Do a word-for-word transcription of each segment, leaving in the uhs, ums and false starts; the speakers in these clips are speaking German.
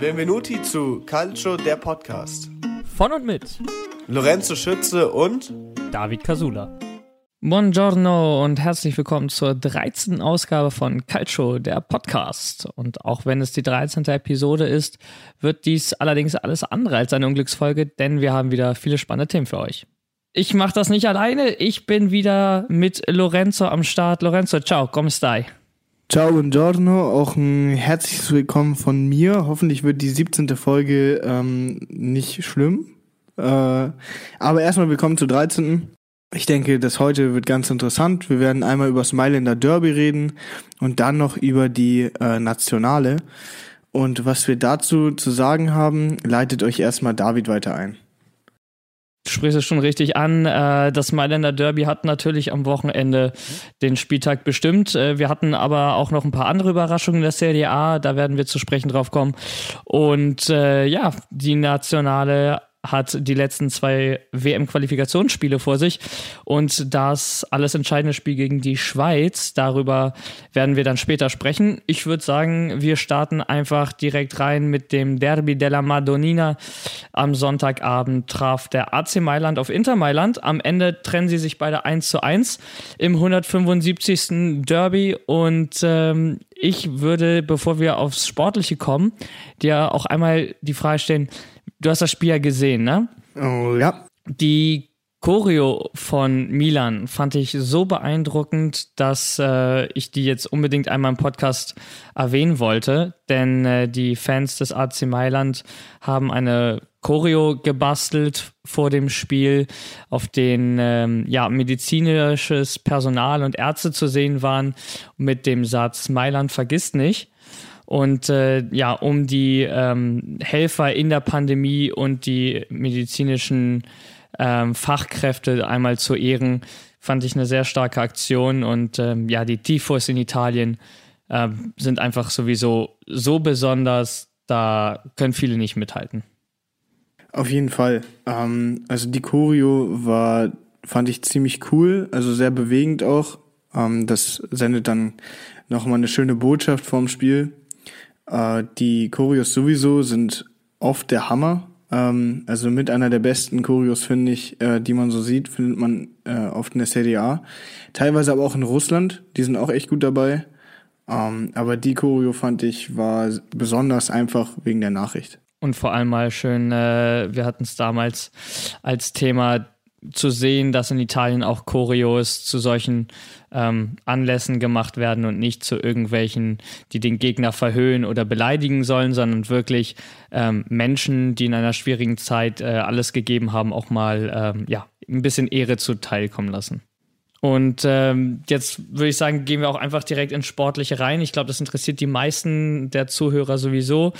Benvenuti zu Calcio, der Podcast. Von und mit Lorenzo Schütze und David Casula. Buongiorno und herzlich willkommen zur dreizehnten Ausgabe von Calcio, der Podcast. Und auch wenn es die dreizehnte Episode ist, wird dies allerdings alles andere als eine Unglücksfolge, denn wir haben wieder viele spannende Themen für euch. Ich mache das nicht alleine, ich bin wieder mit Lorenzo am Start. Lorenzo, ciao, come stai? Ciao, buongiorno, auch ein herzliches Willkommen von mir. Hoffentlich wird die siebzehnte Folge ähm, nicht schlimm. Äh, aber erstmal willkommen zur dreizehnten Ich denke, das heute wird ganz interessant. Wir werden einmal über das Mailänder Derby reden und dann noch über die äh, Nationale. Und was wir dazu zu sagen haben, leitet euch erstmal David weiter ein. Du sprichst es schon richtig an. Das Mailänder Derby hat natürlich am Wochenende den Spieltag bestimmt. Wir hatten aber auch noch ein paar andere Überraschungen in der Serie A. Da werden wir zu sprechen drauf kommen. Und äh, ja, die Nationale hat die letzten zwei W M-Qualifikationsspiele vor sich und das alles entscheidende Spiel gegen die Schweiz, darüber werden wir dann später sprechen. Ich würde sagen, wir starten einfach direkt rein mit dem Derby della Madonnina. Am Sonntagabend traf der A C Mailand auf Inter Mailand. Am Ende trennen sie sich beide eins zu eins im hundertfünfundsiebzigsten Derby und ähm, ich würde, bevor wir aufs Sportliche kommen, dir auch einmal die Frage stellen, du hast das Spiel ja gesehen, ne? Oh ja. Die Choreo von Milan fand ich so beeindruckend, dass äh, ich die jetzt unbedingt einmal im Podcast erwähnen wollte, denn äh, die Fans des A C Mailand haben eine Choreo gebastelt vor dem Spiel, auf den ähm, ja, medizinisches Personal und Ärzte zu sehen waren, mit dem Satz Mailand vergisst nicht. Und äh, ja, um die ähm, Helfer in der Pandemie und die medizinischen ähm, Fachkräfte einmal zu ehren, fand ich eine sehr starke Aktion. Und ähm, ja, die Tifos in Italien äh, sind einfach sowieso so besonders, da können viele nicht mithalten. Auf jeden Fall. Ähm, also die Choreo war, fand ich ziemlich cool, also sehr bewegend auch. Ähm, das sendet dann nochmal eine schöne Botschaft vorm Spiel. Äh, die Choreos sowieso sind oft der Hammer. Ähm, also mit einer der besten Choreos, finde ich, äh, die man so sieht, findet man äh, oft in der Serie A. Teilweise aber auch in Russland, die sind auch echt gut dabei. Ähm, aber die Choreo fand ich war besonders einfach wegen der Nachricht. Und vor allem mal schön, äh, wir hatten es damals als Thema zu sehen, dass in Italien auch Choreos zu solchen ähm, Anlässen gemacht werden und nicht zu irgendwelchen, die den Gegner verhöhnen oder beleidigen sollen, sondern wirklich ähm, Menschen, die in einer schwierigen Zeit äh, alles gegeben haben, auch mal ähm, ja, ein bisschen Ehre zuteilkommen lassen. Und ähm, jetzt würde ich sagen, gehen wir auch einfach direkt ins Sportliche rein. Ich glaube, das interessiert die meisten der Zuhörer sowieso.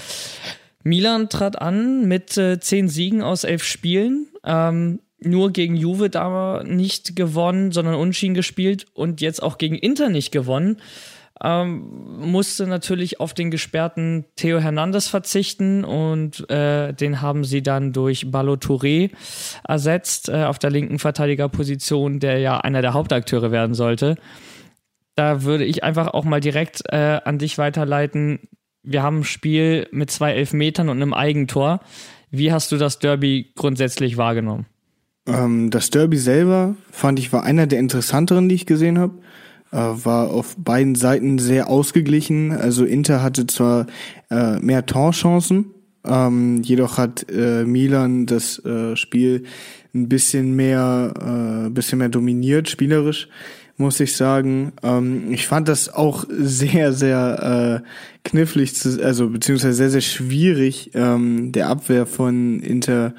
Milan trat an mit äh, zehn Siegen aus elf Spielen, ähm, nur gegen Juve da nicht gewonnen, sondern unentschieden gespielt und jetzt auch gegen Inter nicht gewonnen. Ähm, musste natürlich auf den gesperrten Theo Hernandez verzichten und äh, den haben sie dann durch Ballo Touré ersetzt äh, auf der linken Verteidigerposition, der ja einer der Hauptakteure werden sollte. Da würde ich einfach auch mal direkt äh, an dich weiterleiten. Wir haben ein Spiel mit zwei Elfmetern und einem Eigentor. Wie hast du das Derby grundsätzlich wahrgenommen? Ähm, das Derby selber, fand ich, war einer der interessanteren, die ich gesehen habe. Äh, war auf beiden Seiten sehr ausgeglichen. Also Inter hatte zwar äh, mehr Torchancen, ähm, jedoch hat äh, Milan das äh, Spiel ein bisschen mehr, äh, bisschen mehr dominiert, spielerisch, muss ich sagen. Ähm, ich fand das auch sehr, sehr äh, knifflig, zu, also beziehungsweise sehr, sehr schwierig, ähm, der Abwehr von Inter,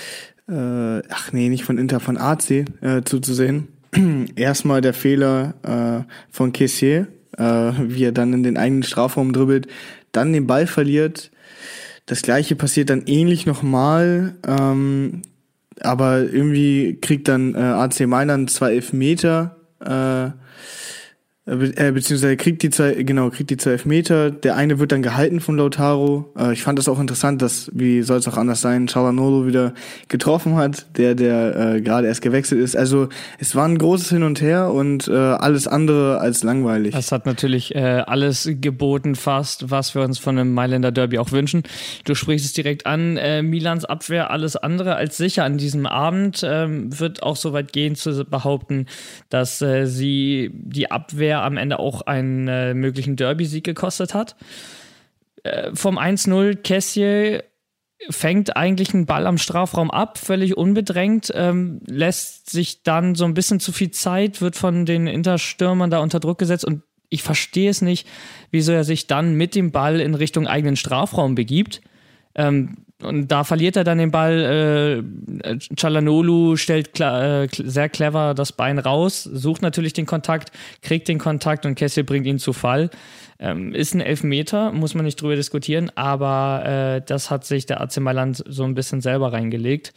äh, ach nee, nicht von Inter, von A C äh, zuzusehen. Erstmal der Fehler äh, von Kessié, äh, wie er dann in den eigenen Strafraum dribbelt, dann den Ball verliert. Das gleiche passiert dann ähnlich nochmal, ähm, aber irgendwie kriegt dann äh, A C Mailand zwei Elfmeter, äh, Äh, be äh, beziehungsweise kriegt die zwei, genau, kriegt die zwei Elfmeter. Der eine wird dann gehalten von Lautaro. Äh, ich fand das auch interessant, dass, wie soll es auch anders sein, Çalhanoğlu wieder getroffen hat, der, der äh, gerade erst gewechselt ist. Also es war ein großes Hin und Her und äh, alles andere als langweilig. Das hat natürlich äh, alles geboten fast, was wir uns von einem Mailänder Derby auch wünschen. Du sprichst es direkt an, äh, Milans Abwehr alles andere als sicher an diesem Abend. Ähm, wird auch so weit gehen zu behaupten, dass äh, sie die Abwehr am Ende auch einen äh, möglichen Derby-Sieg gekostet hat. Äh, vom eins null, Kessié fängt eigentlich einen Ball am Strafraum ab, völlig unbedrängt, ähm, lässt sich dann so ein bisschen zu viel Zeit, wird von den Interstürmern da unter Druck gesetzt und ich verstehe es nicht, wieso er sich dann mit dem Ball in Richtung eigenen Strafraum begibt. Ähm, und da verliert er dann den Ball. Äh, Çalhanoğlu stellt kla- äh, sehr clever das Bein raus, sucht natürlich den Kontakt, kriegt den Kontakt und Kessié bringt ihn zu Fall. Ähm, ist ein Elfmeter, muss man nicht drüber diskutieren, aber äh, das hat sich der A C Mailand so ein bisschen selber reingelegt.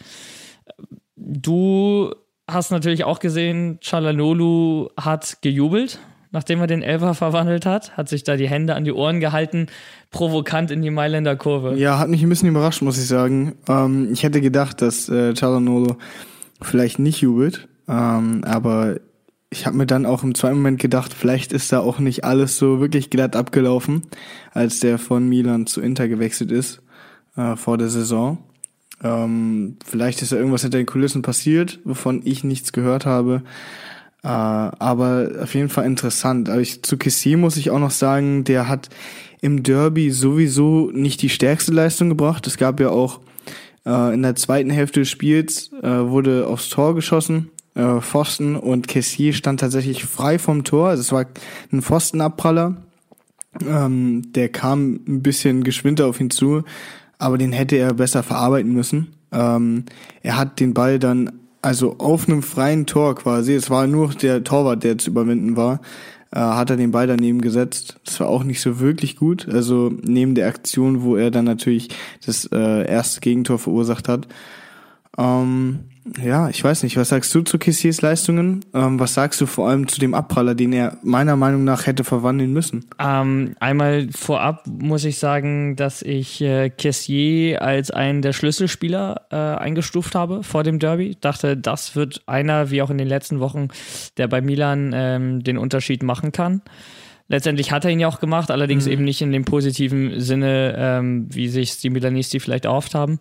Du hast natürlich auch gesehen, Çalhanoğlu hat gejubelt, nachdem er den Elfer verwandelt hat, hat sich da die Hände an die Ohren gehalten, provokant in die Mailänder Kurve. Ja, hat mich ein bisschen überrascht, muss ich sagen. Ähm, ich hätte gedacht, dass äh, Çalhanoğlu vielleicht nicht jubelt, ähm, aber ich habe mir dann auch im zweiten Moment gedacht, vielleicht ist da auch nicht alles so wirklich glatt abgelaufen, als der von Milan zu Inter gewechselt ist äh, vor der Saison. Ähm, vielleicht ist da irgendwas hinter den Kulissen passiert, wovon ich nichts gehört habe. Äh, aber auf jeden Fall interessant. Aber ich, zu Kessié muss ich auch noch sagen, der hat im Derby sowieso nicht die stärkste Leistung gebracht. Es gab ja auch äh, in der zweiten Hälfte des Spiels äh, wurde aufs Tor geschossen, äh, Pfosten, und Kessié stand tatsächlich frei vom Tor. Also es war ein Pfostenabpraller. Ähm, der kam ein bisschen geschwinder auf ihn zu, aber den hätte er besser verarbeiten müssen. Ähm, er hat den Ball dann also auf einem freien Tor quasi, es war nur der Torwart, der zu überwinden war, äh, hat er den Ball daneben gesetzt. Das war auch nicht so wirklich gut. Also neben der Aktion, wo er dann natürlich das äh, erste Gegentor verursacht hat. Ähm, ja, ich weiß nicht, was sagst du zu Kessiés Leistungen? Ähm, was sagst du vor allem zu dem Abpraller, den er meiner Meinung nach hätte verwandeln müssen? Ähm, einmal vorab muss ich sagen, dass ich äh, Kessié als einen der Schlüsselspieler äh, eingestuft habe vor dem Derby. Ich dachte, das wird einer, wie auch in den letzten Wochen, der bei Milan ähm, den Unterschied machen kann. Letztendlich hat er ihn ja auch gemacht, allerdings mhm. eben nicht in dem positiven Sinne, ähm, wie sich die Milanisti vielleicht erhofft haben.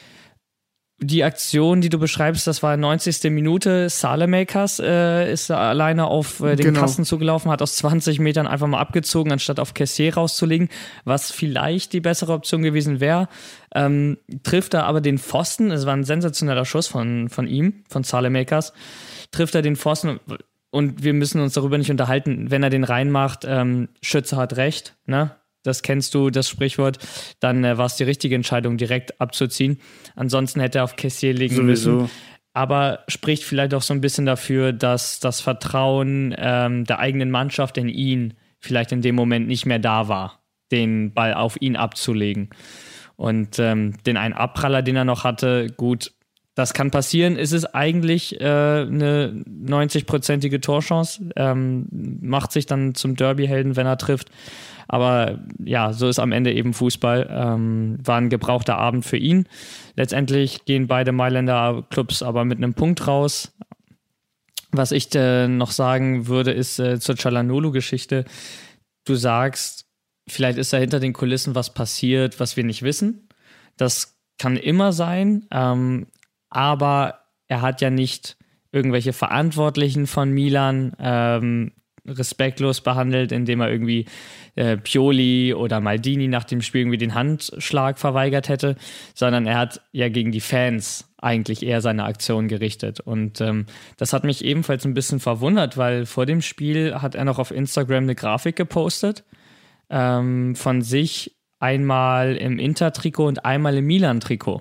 Die Aktion, die du beschreibst, das war neunzigste Minute. Saelemaekers äh, ist da alleine auf äh, den genau. Kasten zugelaufen, hat aus zwanzig Metern einfach mal abgezogen, anstatt auf Kessié rauszulegen, was vielleicht die bessere Option gewesen wäre. Ähm, trifft er aber den Pfosten, es war ein sensationeller Schuss von, von ihm, von Saelemaekers, trifft er den Pfosten und wir müssen uns darüber nicht unterhalten, wenn er den reinmacht, ähm, Schütze hat recht, ne? Das kennst du, das Sprichwort, dann äh, war es die richtige Entscheidung, direkt abzuziehen. Ansonsten hätte er auf Kessié legen Sowieso. müssen. Aber spricht vielleicht auch so ein bisschen dafür, dass das Vertrauen ähm, der eigenen Mannschaft in ihn vielleicht in dem Moment nicht mehr da war, den Ball auf ihn abzulegen. Und ähm, den einen Abpraller, den er noch hatte, gut, das kann passieren. Es ist eigentlich äh, eine neunzig-prozentige Torchance. Ähm, macht sich dann zum Derby-Helden, wenn er trifft. Aber ja, so ist am Ende eben Fußball. Ähm, war ein gebrauchter Abend für ihn. Letztendlich gehen beide Mailänder Clubs aber mit einem Punkt raus. Was ich äh, noch sagen würde, ist äh, zur Çalhanoğlu-Geschichte. Du sagst, vielleicht ist da hinter den Kulissen was passiert, was wir nicht wissen. Das kann immer sein. Ähm, aber er hat ja nicht irgendwelche Verantwortlichen von Milan ähm, respektlos behandelt, indem er irgendwie äh, Pioli oder Maldini nach dem Spiel irgendwie den Handschlag verweigert hätte, sondern er hat ja gegen die Fans eigentlich eher seine Aktion gerichtet. Und ähm, das hat mich ebenfalls ein bisschen verwundert, weil vor dem Spiel hat er noch auf Instagram eine Grafik gepostet ähm, von sich einmal im Inter-Trikot und einmal im Milan-Trikot.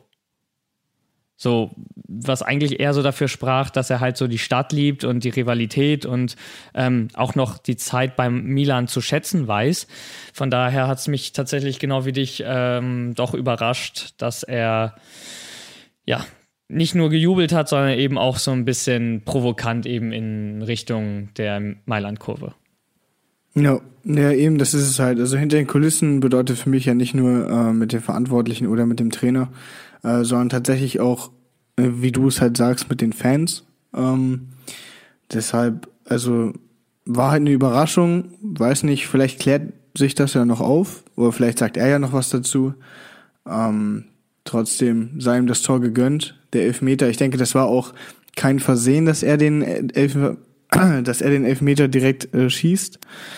So, was eigentlich eher so dafür sprach, dass er halt so die Stadt liebt und die Rivalität und ähm, auch noch die Zeit beim Milan zu schätzen weiß. Von daher hat es mich tatsächlich genau wie dich ähm, doch überrascht, dass er ja nicht nur gejubelt hat, sondern eben auch so ein bisschen provokant eben in Richtung der Mailand-Kurve. Ja, ja, eben, das ist es halt. Also hinter den Kulissen bedeutet für mich ja nicht nur äh, mit den Verantwortlichen oder mit dem Trainer, äh, sondern tatsächlich auch, äh, wie du es halt sagst, mit den Fans. Ähm, deshalb, also war halt eine Überraschung, weiß nicht, vielleicht klärt sich das ja noch auf oder vielleicht sagt er ja noch was dazu. Ähm, trotzdem sei ihm das Tor gegönnt, der Elfmeter. Ich denke, das war auch kein Versehen, dass er den Elfmeter, dass er den Elfmeter direkt äh, schießt.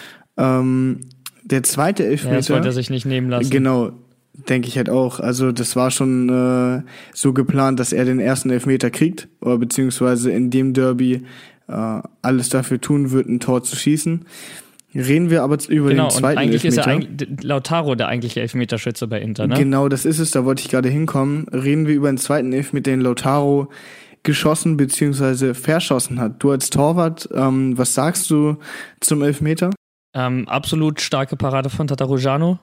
Ähm, der zweite Elfmeter. Ja, das wollte er sich nicht nehmen lassen. Genau, denke ich halt auch. Also das war schon äh, so geplant, dass er den ersten Elfmeter kriegt oder beziehungsweise in dem Derby äh, alles dafür tun wird, ein Tor zu schießen. Reden wir aber über genau, den zweiten und eigentlich Elfmeter. ist er eigentlich Lautaro der eigentliche Elfmeterschütze bei Inter, ne? Genau, das ist es, da wollte ich gerade hinkommen. Reden wir über den zweiten Elfmeter, den Lautaro geschossen bzw. verschossen hat. Du als Torwart, ähm, was sagst du zum Elfmeter? Ähm, absolut starke Parade von Tatarujano.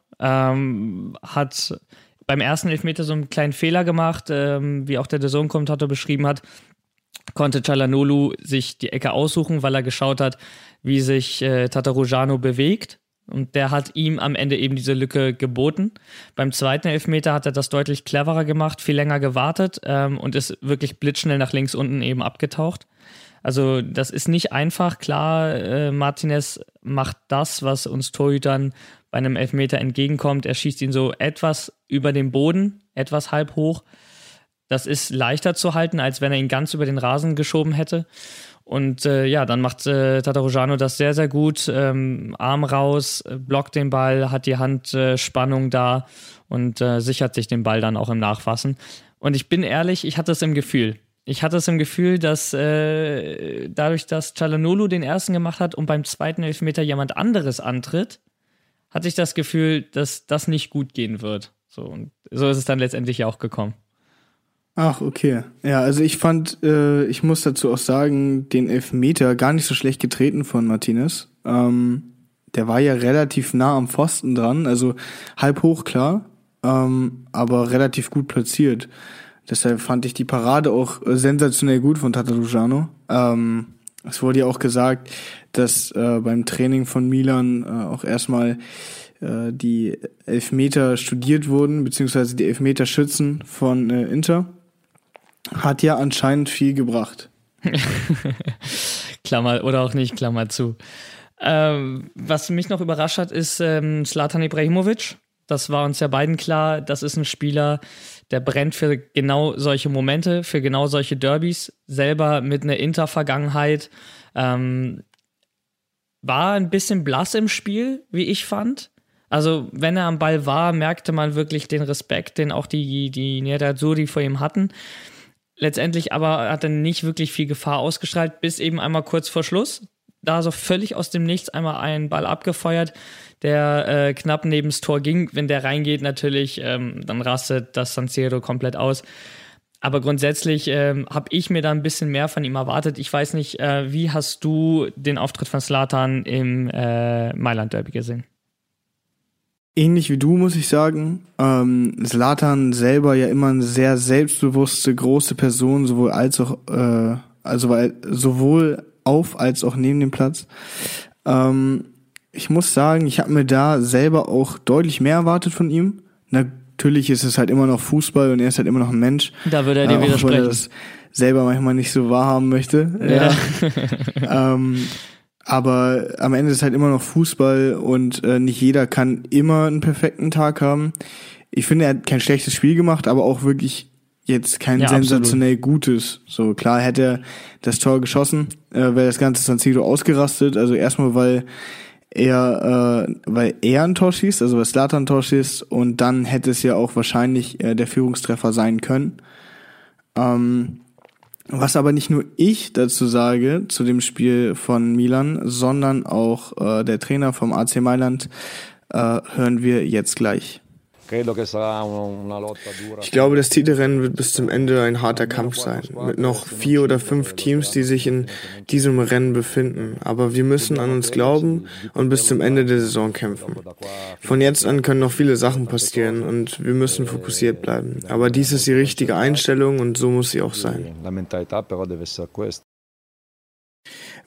Ähm, hat beim ersten Elfmeter so einen kleinen Fehler gemacht, ähm, wie auch der D A Z N-Kommentator beschrieben hat. Konnte Çalhanoğlu sich die Ecke aussuchen, weil er geschaut hat, wie sich äh, Tatarujano bewegt. Und der hat ihm am Ende eben diese Lücke geboten. Beim zweiten Elfmeter hat er das deutlich cleverer gemacht, viel länger gewartet ähm, und ist wirklich blitzschnell nach links unten eben abgetaucht. Also das ist nicht einfach. Klar, äh, Martinez macht das, was uns Torhütern bei einem Elfmeter entgegenkommt. Er schießt ihn so etwas über den Boden, etwas halb hoch. Das ist leichter zu halten, als wenn er ihn ganz über den Rasen geschoben hätte. Und äh, ja, dann macht äh, Tatarujano das sehr, sehr gut. Ähm, Arm raus, blockt den Ball, hat die Handspannung äh, da und äh, sichert sich den Ball dann auch im Nachfassen. Und ich bin ehrlich, ich hatte es im Gefühl. Ich hatte es im Gefühl, dass äh, dadurch, dass Çalhanoğlu den ersten gemacht hat und beim zweiten Elfmeter jemand anderes antritt, hatte ich das Gefühl, dass das nicht gut gehen wird. So, und so ist es dann letztendlich ja auch gekommen. Ach, okay. Ja, also ich fand, äh, ich muss dazu auch sagen, den Elfmeter gar nicht so schlecht getreten von Martinez. Ähm, der war ja relativ nah am Pfosten dran, also halb hoch, klar, ähm, aber relativ gut platziert. Deshalb fand ich die Parade auch sensationell gut von Tatarujano. Ähm, es wurde ja auch gesagt, dass äh, beim Training von Milan äh, auch erstmal äh, die Elfmeter studiert wurden, beziehungsweise die Elfmeterschützen von äh, Inter. Hat ja anscheinend viel gebracht. Klammer, oder auch nicht, Klammer zu. Ähm, was mich noch überrascht hat, ist ähm, Zlatan Ibrahimovic. Das war uns ja beiden klar. Das ist ein Spieler, der brennt für genau solche Momente, für genau solche Derbys. Selber mit einer Inter-Vergangenheit. Ähm, war ein bisschen blass im Spiel, wie ich fand. Also, wenn er am Ball war, merkte man wirklich den Respekt, den auch die, die Nerazzurri vor ihm hatten. Letztendlich aber hat er nicht wirklich viel Gefahr ausgestrahlt, bis eben einmal kurz vor Schluss. Da so völlig aus dem Nichts einmal einen Ball abgefeuert, der äh, knapp neben das Tor ging. Wenn der reingeht natürlich, ähm, dann rastet das San Siro komplett aus. Aber grundsätzlich ähm, habe ich mir da ein bisschen mehr von ihm erwartet. Ich weiß nicht, äh, wie hast du den Auftritt von Zlatan im äh, Mailand-Derby gesehen? Ähnlich wie du, muss ich sagen. Ähm, Zlatan selber ja immer eine sehr selbstbewusste, große Person, sowohl als auch, äh, also weil, sowohl auf als auch neben dem Platz. Ähm, ich muss sagen, ich habe mir da selber auch deutlich mehr erwartet von ihm. Natürlich ist es halt immer noch Fußball und er ist halt immer noch ein Mensch. Da würde er dir äh, widersprechen. Weil er das selber manchmal nicht so wahrhaben möchte. Ja. ja. ähm, Aber am Ende ist es halt immer noch Fußball und äh, nicht jeder kann immer einen perfekten Tag haben. Ich finde, er hat kein schlechtes Spiel gemacht, aber auch wirklich jetzt kein ja, sensationell absolut. Gutes. So klar hätte er das Tor geschossen, äh, wäre das ganze San Siro ausgerastet. Also erstmal, weil er, äh, weil er ein Tor schießt, also weil Zlatan ein Tor schießt und dann hätte es ja auch wahrscheinlich äh, der Führungstreffer sein können. Ähm, Was aber nicht nur ich dazu sage, zu dem Spiel von Milan, sondern auch äh, der Trainer vom A C Mailand, äh, hören wir jetzt gleich. Ich glaube, das Titelrennen wird bis zum Ende ein harter Kampf sein, mit noch vier oder fünf Teams, die sich in diesem Rennen befinden. Aber wir müssen an uns glauben und bis zum Ende der Saison kämpfen. Von jetzt an können noch viele Sachen passieren und wir müssen fokussiert bleiben. Aber dies ist die richtige Einstellung und so muss sie auch sein.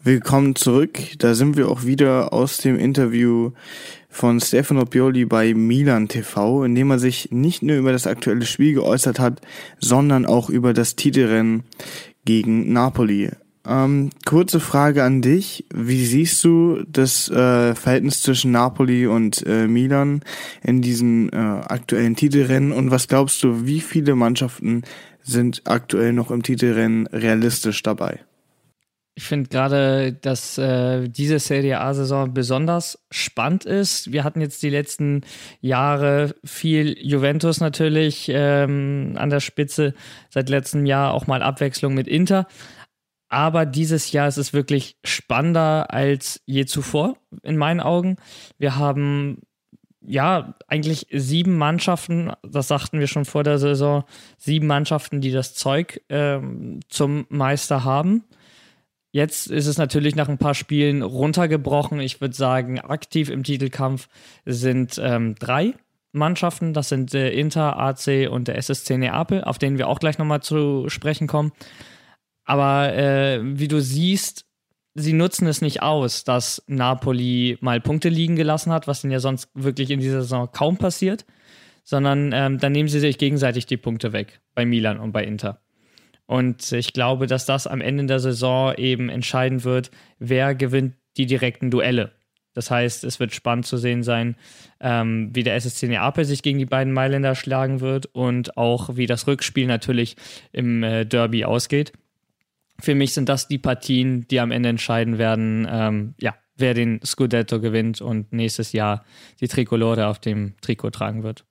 Willkommen zurück. Da sind wir auch wieder aus dem Interview von Stefano Pioli bei Milan T V, in dem er sich nicht nur über das aktuelle Spiel geäußert hat, sondern auch über das Titelrennen gegen Napoli. Ähm, kurze Frage an dich. Wie siehst du das äh, Verhältnis zwischen Napoli und äh, Milan in diesem äh, aktuellen Titelrennen und was glaubst du, wie viele Mannschaften sind aktuell noch im Titelrennen realistisch dabei? Ich finde gerade, dass äh, diese Serie A-Saison besonders spannend ist. Wir hatten jetzt die letzten Jahre viel Juventus natürlich ähm, an der Spitze, seit letztem Jahr auch mal Abwechslung mit Inter. Aber dieses Jahr ist es wirklich spannender als je zuvor, in meinen Augen. Wir haben ja eigentlich sieben Mannschaften, das sagten wir schon vor der Saison, sieben Mannschaften, die das Zeug ähm, zum Meister haben. Jetzt ist es natürlich nach ein paar Spielen runtergebrochen. Ich würde sagen, aktiv im Titelkampf sind ähm, drei Mannschaften. Das sind äh, Inter, A C und der S S C Neapel, auf denen wir auch gleich nochmal zu sprechen kommen. Aber äh, wie du siehst, sie nutzen es nicht aus, dass Napoli mal Punkte liegen gelassen hat, was ihnen ja sonst wirklich in dieser Saison kaum passiert, sondern ähm, dann nehmen sie sich gegenseitig die Punkte weg, bei Milan und bei Inter. Und ich glaube, dass das am Ende der Saison eben entscheiden wird, wer gewinnt die direkten Duelle. Das heißt, es wird spannend zu sehen sein, ähm, wie der S S C Neapel sich gegen die beiden Mailänder schlagen wird und auch wie das Rückspiel natürlich im äh, Derby ausgeht. Für mich sind das die Partien, die am Ende entscheiden werden, ähm, ja, wer den Scudetto gewinnt und nächstes Jahr die Tricolore auf dem Trikot tragen wird.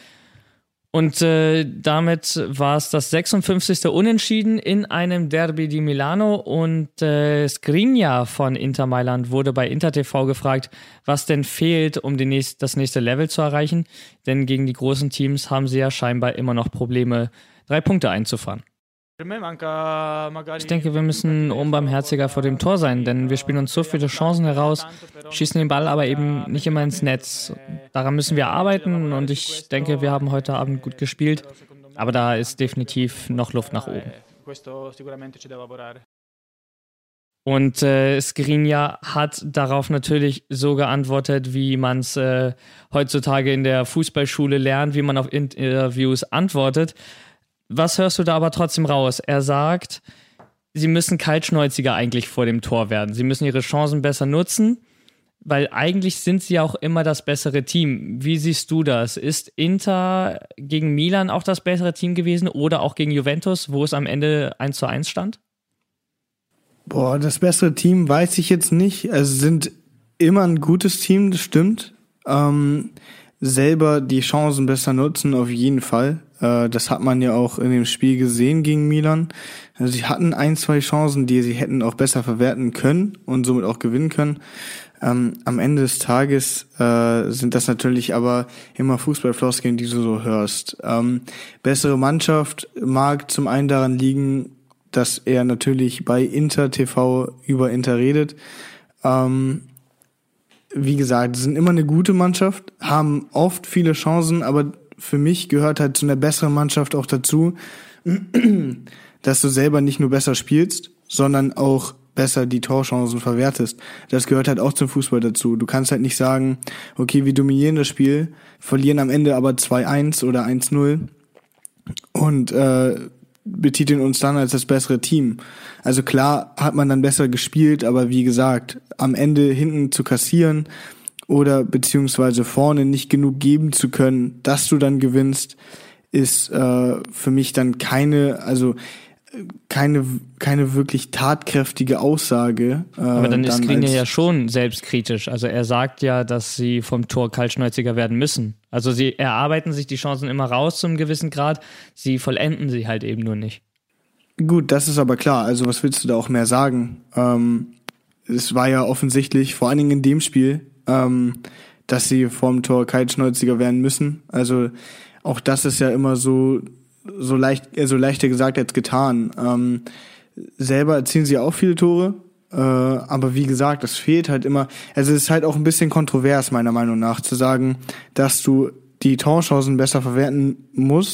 Und äh, damit war es das sechsundfünfzigste Unentschieden in einem Derby di Milano und äh, Skriniar von Inter Mailand wurde bei Inter T V gefragt, was denn fehlt, um den nächst, das nächste Level zu erreichen, denn gegen die großen Teams haben sie ja scheinbar immer noch Probleme, drei Punkte einzufahren. Ich denke, wir müssen unbarmherziger vor dem Tor sein, denn wir spielen uns so viele Chancen heraus, schießen den Ball aber eben nicht immer ins Netz. Daran müssen wir arbeiten und ich denke, wir haben heute Abend gut gespielt, aber da ist definitiv noch Luft nach oben. Und äh, Skriniar hat darauf natürlich so geantwortet, wie man es äh, heutzutage in der Fußballschule lernt, wie man auf Interviews antwortet. Was hörst du da aber trotzdem raus? Er sagt, sie müssen kaltschnäuziger eigentlich vor dem Tor werden. Sie müssen ihre Chancen besser nutzen, weil eigentlich sind sie auch immer das bessere Team. Wie siehst du das? Ist Inter gegen Milan auch das bessere Team gewesen oder auch gegen Juventus, wo es am Ende eins zu eins stand? Boah, das bessere Team weiß ich jetzt nicht. Also sind immer ein gutes Team, das stimmt. Ähm, selber die Chancen besser nutzen, auf jeden Fall. Das hat man ja auch in dem Spiel gesehen gegen Milan. Also sie hatten ein, zwei Chancen, die sie hätten auch besser verwerten können und somit auch gewinnen können. Ähm, am Ende des Tages äh, sind das natürlich aber immer Fußballfloskeln, die du so hörst. Ähm, bessere Mannschaft mag zum einen daran liegen, dass er natürlich bei Inter T V über Inter redet. Ähm, wie gesagt, sie sind immer eine gute Mannschaft, haben oft viele Chancen, aber für mich gehört halt zu einer besseren Mannschaft auch dazu, dass du selber nicht nur besser spielst, sondern auch besser die Torchancen verwertest. Das gehört halt auch zum Fußball dazu. Du kannst halt nicht sagen, okay, wir dominieren das Spiel, verlieren am Ende aber zwei eins oder eins null und äh, betiteln uns dann als das bessere Team. Also klar hat man dann besser gespielt, aber wie gesagt, am Ende hinten zu kassieren oder beziehungsweise vorne nicht genug geben zu können, dass du dann gewinnst, ist äh, für mich dann keine, also keine keine wirklich tatkräftige Aussage. Äh, Aber dann ist Skriniar als, ja schon selbstkritisch. Also er sagt ja, dass sie vom Tor kaltschnäuziger werden müssen. Also sie erarbeiten sich die Chancen immer raus zum gewissen Grad, sie vollenden sie halt eben nur nicht. Gut, das ist aber klar. Also was willst du da auch mehr sagen? Ähm, es war ja offensichtlich, vor allen Dingen in dem Spiel, ähm, dass sie vorm Tor kaltschnäuziger werden müssen. Also auch das ist ja immer so so leicht, so leichter gesagt als getan. Ähm, selber erzielen sie auch viele Tore, äh, aber wie gesagt, es fehlt halt immer. Also es ist halt auch ein bisschen kontrovers meiner Meinung nach zu sagen, dass du die Torchancen besser verwerten musst,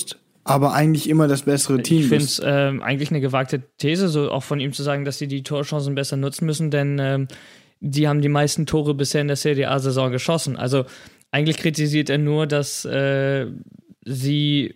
aber eigentlich immer das bessere Team Ich finde ist. es ähm, eigentlich eine gewagte These, so auch von ihm zu sagen, dass sie die Torchancen besser nutzen müssen, denn ähm, die haben die meisten Tore bisher in der Serie A-Saison geschossen. Also eigentlich kritisiert er nur, dass äh, sie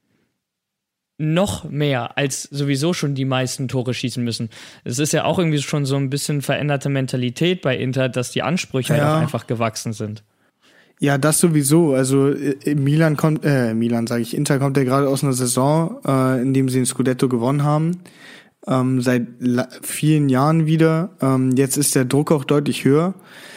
noch mehr als sowieso schon die meisten Tore schießen müssen. Es ist ja auch irgendwie schon so ein bisschen veränderte Mentalität bei Inter, dass die Ansprüche Ja. halt auch einfach gewachsen sind. Ja, das sowieso. Also äh, Milan kommt, äh, Milan sage ich, Inter kommt ja gerade aus einer Saison, äh, in dem sie den Scudetto gewonnen haben. Ähm, seit la- vielen Jahren wieder. Ähm, jetzt ist der Druck auch deutlich höher.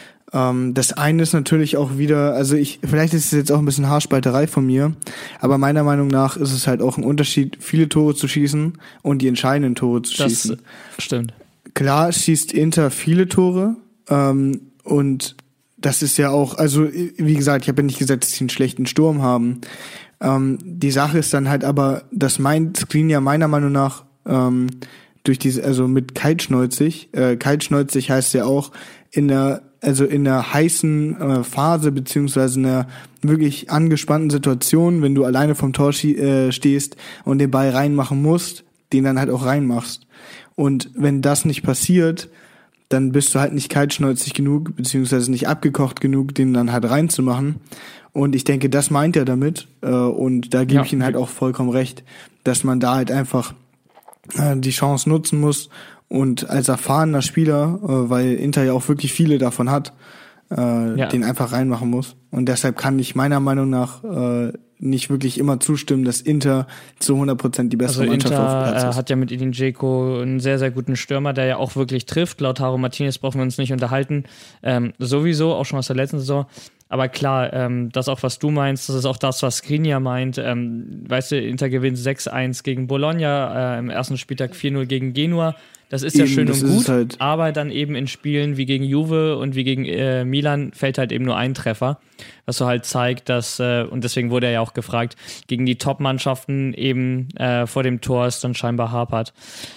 Ähm, das eine ist natürlich auch wieder, also ich, vielleicht ist es jetzt auch ein bisschen Haarspalterei von mir, aber meiner Meinung nach ist es halt auch ein Unterschied, viele Tore zu schießen und die entscheidenden Tore zu Das schießen. stimmt. Klar schießt Inter viele Tore, ähm, und das ist ja auch, also wie gesagt, ich habe ja nicht gesagt, dass sie einen schlechten Sturm haben. Ähm, die Sache ist dann halt aber, dass mein Screen ja meiner Meinung nach ähm, durch diese, also mit kaltschnäuzig, äh, kaltschnäuzig heißt ja auch in der, also in der heißen äh, Phase beziehungsweise in einer wirklich angespannten Situation, wenn du alleine vom Tor schie- äh, stehst und den Ball reinmachen musst, den dann halt auch reinmachst. Und wenn das nicht passiert, dann bist du halt nicht kaltschnäuzig genug, beziehungsweise nicht abgekocht genug, den dann halt reinzumachen. Und ich denke, das meint er damit. Äh, und da gebe Ja. ich ihm halt auch vollkommen recht, dass man da halt einfach äh, die Chance nutzen muss. Und als erfahrener Spieler, äh, weil Inter ja auch wirklich viele davon hat, äh, Ja. den einfach reinmachen muss. Und deshalb kann ich meiner Meinung nach äh, nicht wirklich immer zustimmen, dass Inter zu hundert Prozent die bessere Also Mannschaft auf dem Inter Platz äh, ist. hat ja mit Edin Dzeko einen sehr, sehr guten Stürmer, der ja auch wirklich trifft. Lautaro Martinez brauchen wir uns nicht unterhalten. Ähm, sowieso, auch schon aus der letzten Saison. Aber klar, ähm, das auch, was du meinst, das ist auch das, was Skriniar meint. Ähm, weißt du, Inter gewinnt sechs eins gegen Bologna, äh, im ersten Spieltag vier null gegen Genua. Das ist ja Eben, schön das und ist gut, es halt. aber dann eben in Spielen wie gegen Juve und wie gegen äh, Milan fällt halt eben nur ein Treffer, was so halt zeigt, dass, äh, und deswegen wurde er ja auch gefragt, gegen die Top-Mannschaften eben äh, vor dem Tor ist dann scheinbar hapert.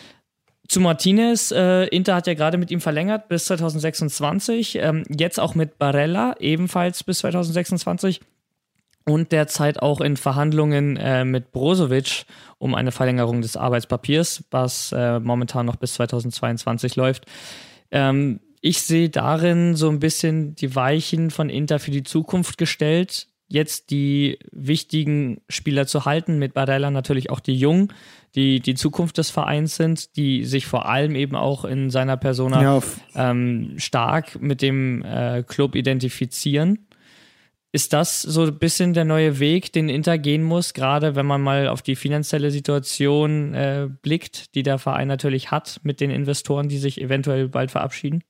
Zu Martinez, äh, Inter hat ja gerade mit ihm verlängert bis zwanzig sechsundzwanzig, ähm, jetzt auch mit Barella, ebenfalls bis zwanzig sechsundzwanzig. Und derzeit auch in Verhandlungen äh, mit Brozovic um eine Verlängerung des Arbeitspapiers, was äh, momentan noch bis zwanzig zweiundzwanzig läuft. Ähm, ich sehe darin so ein bisschen die Weichen von Inter für die Zukunft gestellt, jetzt die wichtigen Spieler zu halten, mit Barella natürlich auch die Jungen, die die Zukunft des Vereins sind, die sich vor allem eben auch in seiner Persona Ja, auf- ähm, stark mit dem äh, Club identifizieren. Ist das so ein bisschen der neue Weg, den Inter gehen muss, gerade wenn man mal auf die finanzielle Situation äh, blickt, die der Verein natürlich hat mit den Investoren, die sich eventuell bald verabschieden?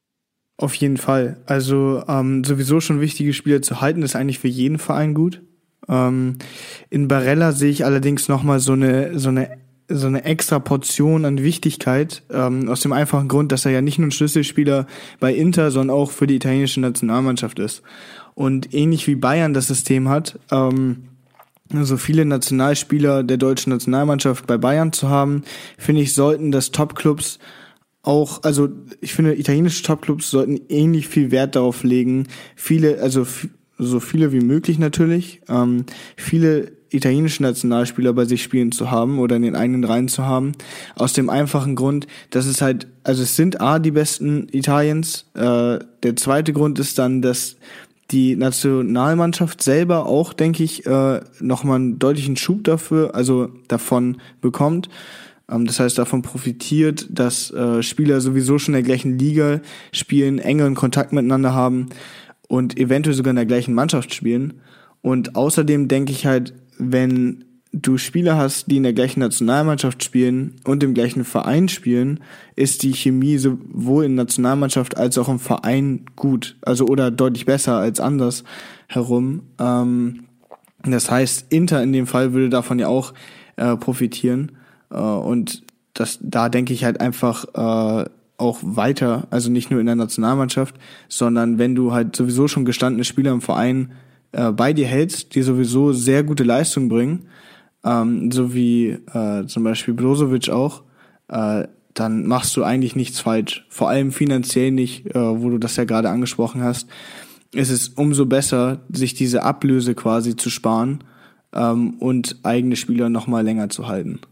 Auf jeden Fall. Also ähm, sowieso schon wichtige Spieler zu halten, ist eigentlich für jeden Verein gut. Ähm, in Barella sehe ich allerdings nochmal so eine so eine so eine extra Portion an Wichtigkeit, ähm, aus dem einfachen Grund, dass er ja nicht nur ein Schlüsselspieler bei Inter, sondern auch für die italienische Nationalmannschaft ist. Und ähnlich wie Bayern das System hat, ähm, so viele Nationalspieler der deutschen Nationalmannschaft bei Bayern zu haben, finde ich, sollten das Topclubs auch, also ich finde, italienische Topclubs sollten ähnlich viel Wert darauf legen, viele, also f- so viele wie möglich natürlich, ähm, viele italienische Nationalspieler bei sich spielen zu haben oder in den eigenen Reihen zu haben, aus dem einfachen Grund, dass es halt, also es sind A, die besten Italiens, äh, der zweite Grund ist dann, dass die Nationalmannschaft selber auch, denke ich, äh, nochmal einen deutlichen Schub dafür, also davon bekommt. Ähm, das heißt, davon profitiert, dass äh, Spieler sowieso schon in der gleichen Liga spielen, engeren Kontakt miteinander haben und eventuell sogar in der gleichen Mannschaft spielen. Und außerdem denke ich halt, wenn du Spieler hast, die in der gleichen Nationalmannschaft spielen und im gleichen Verein spielen, ist die Chemie sowohl in der Nationalmannschaft als auch im Verein gut, also oder deutlich besser als anders herum. Ähm, das heißt, Inter in dem Fall würde davon ja auch äh, profitieren, äh, und das, da denke ich halt einfach äh, auch weiter, also nicht nur in der Nationalmannschaft, sondern wenn du halt sowieso schon gestandene Spieler im Verein äh, bei dir hältst, die sowieso sehr gute Leistung bringen, ähm, so wie äh, zum Beispiel Brozovic auch, äh, dann machst du eigentlich nichts falsch. Vor allem finanziell nicht, äh, wo du das ja gerade angesprochen hast. Es ist umso besser, sich diese Ablöse quasi zu sparen, ähm, und eigene Spieler nochmal länger zu halten.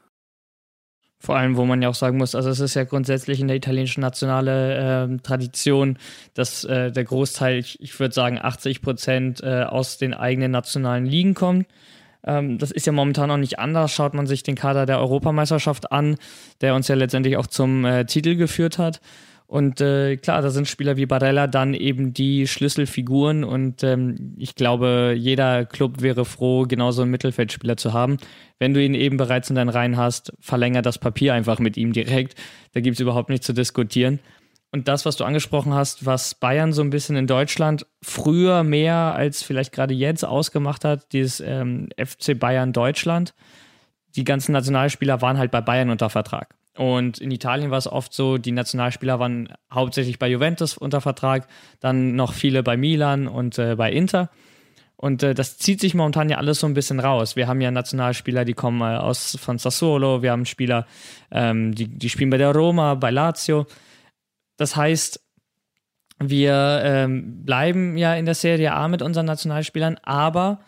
Vor allem, wo man ja auch sagen muss, also es ist ja grundsätzlich in der italienischen nationale äh, Tradition, dass äh, der Großteil, ich, ich würde sagen achtzig Prozent äh, aus den eigenen nationalen Ligen kommt. Ähm, das ist ja momentan auch nicht anders. Schaut man sich den Kader der Europameisterschaft an, der uns ja letztendlich auch zum äh, Titel geführt hat. Und äh, klar, da sind Spieler wie Barella dann eben die Schlüsselfiguren und ähm, ich glaube, jeder Club wäre froh, genauso einen Mittelfeldspieler zu haben. Wenn du ihn eben bereits in deinen Reihen hast, verlänger das Papier einfach mit ihm direkt. Da gibt es überhaupt nichts zu diskutieren. Und das, was du angesprochen hast, was Bayern so ein bisschen in Deutschland früher mehr als vielleicht gerade jetzt ausgemacht hat, dieses ähm, F C Bayern Deutschland, die ganzen Nationalspieler waren halt bei Bayern unter Vertrag. Und in Italien war es oft so, die Nationalspieler waren hauptsächlich bei Juventus unter Vertrag, dann noch viele bei Milan und äh, bei Inter. Und äh, das zieht sich momentan ja alles so ein bisschen raus. Wir haben ja Nationalspieler, die kommen äh, aus von Sassuolo, wir haben Spieler, ähm, die, die spielen bei der Roma, bei Lazio. Das heißt, wir ähm, bleiben ja in der Serie A mit unseren Nationalspielern, aber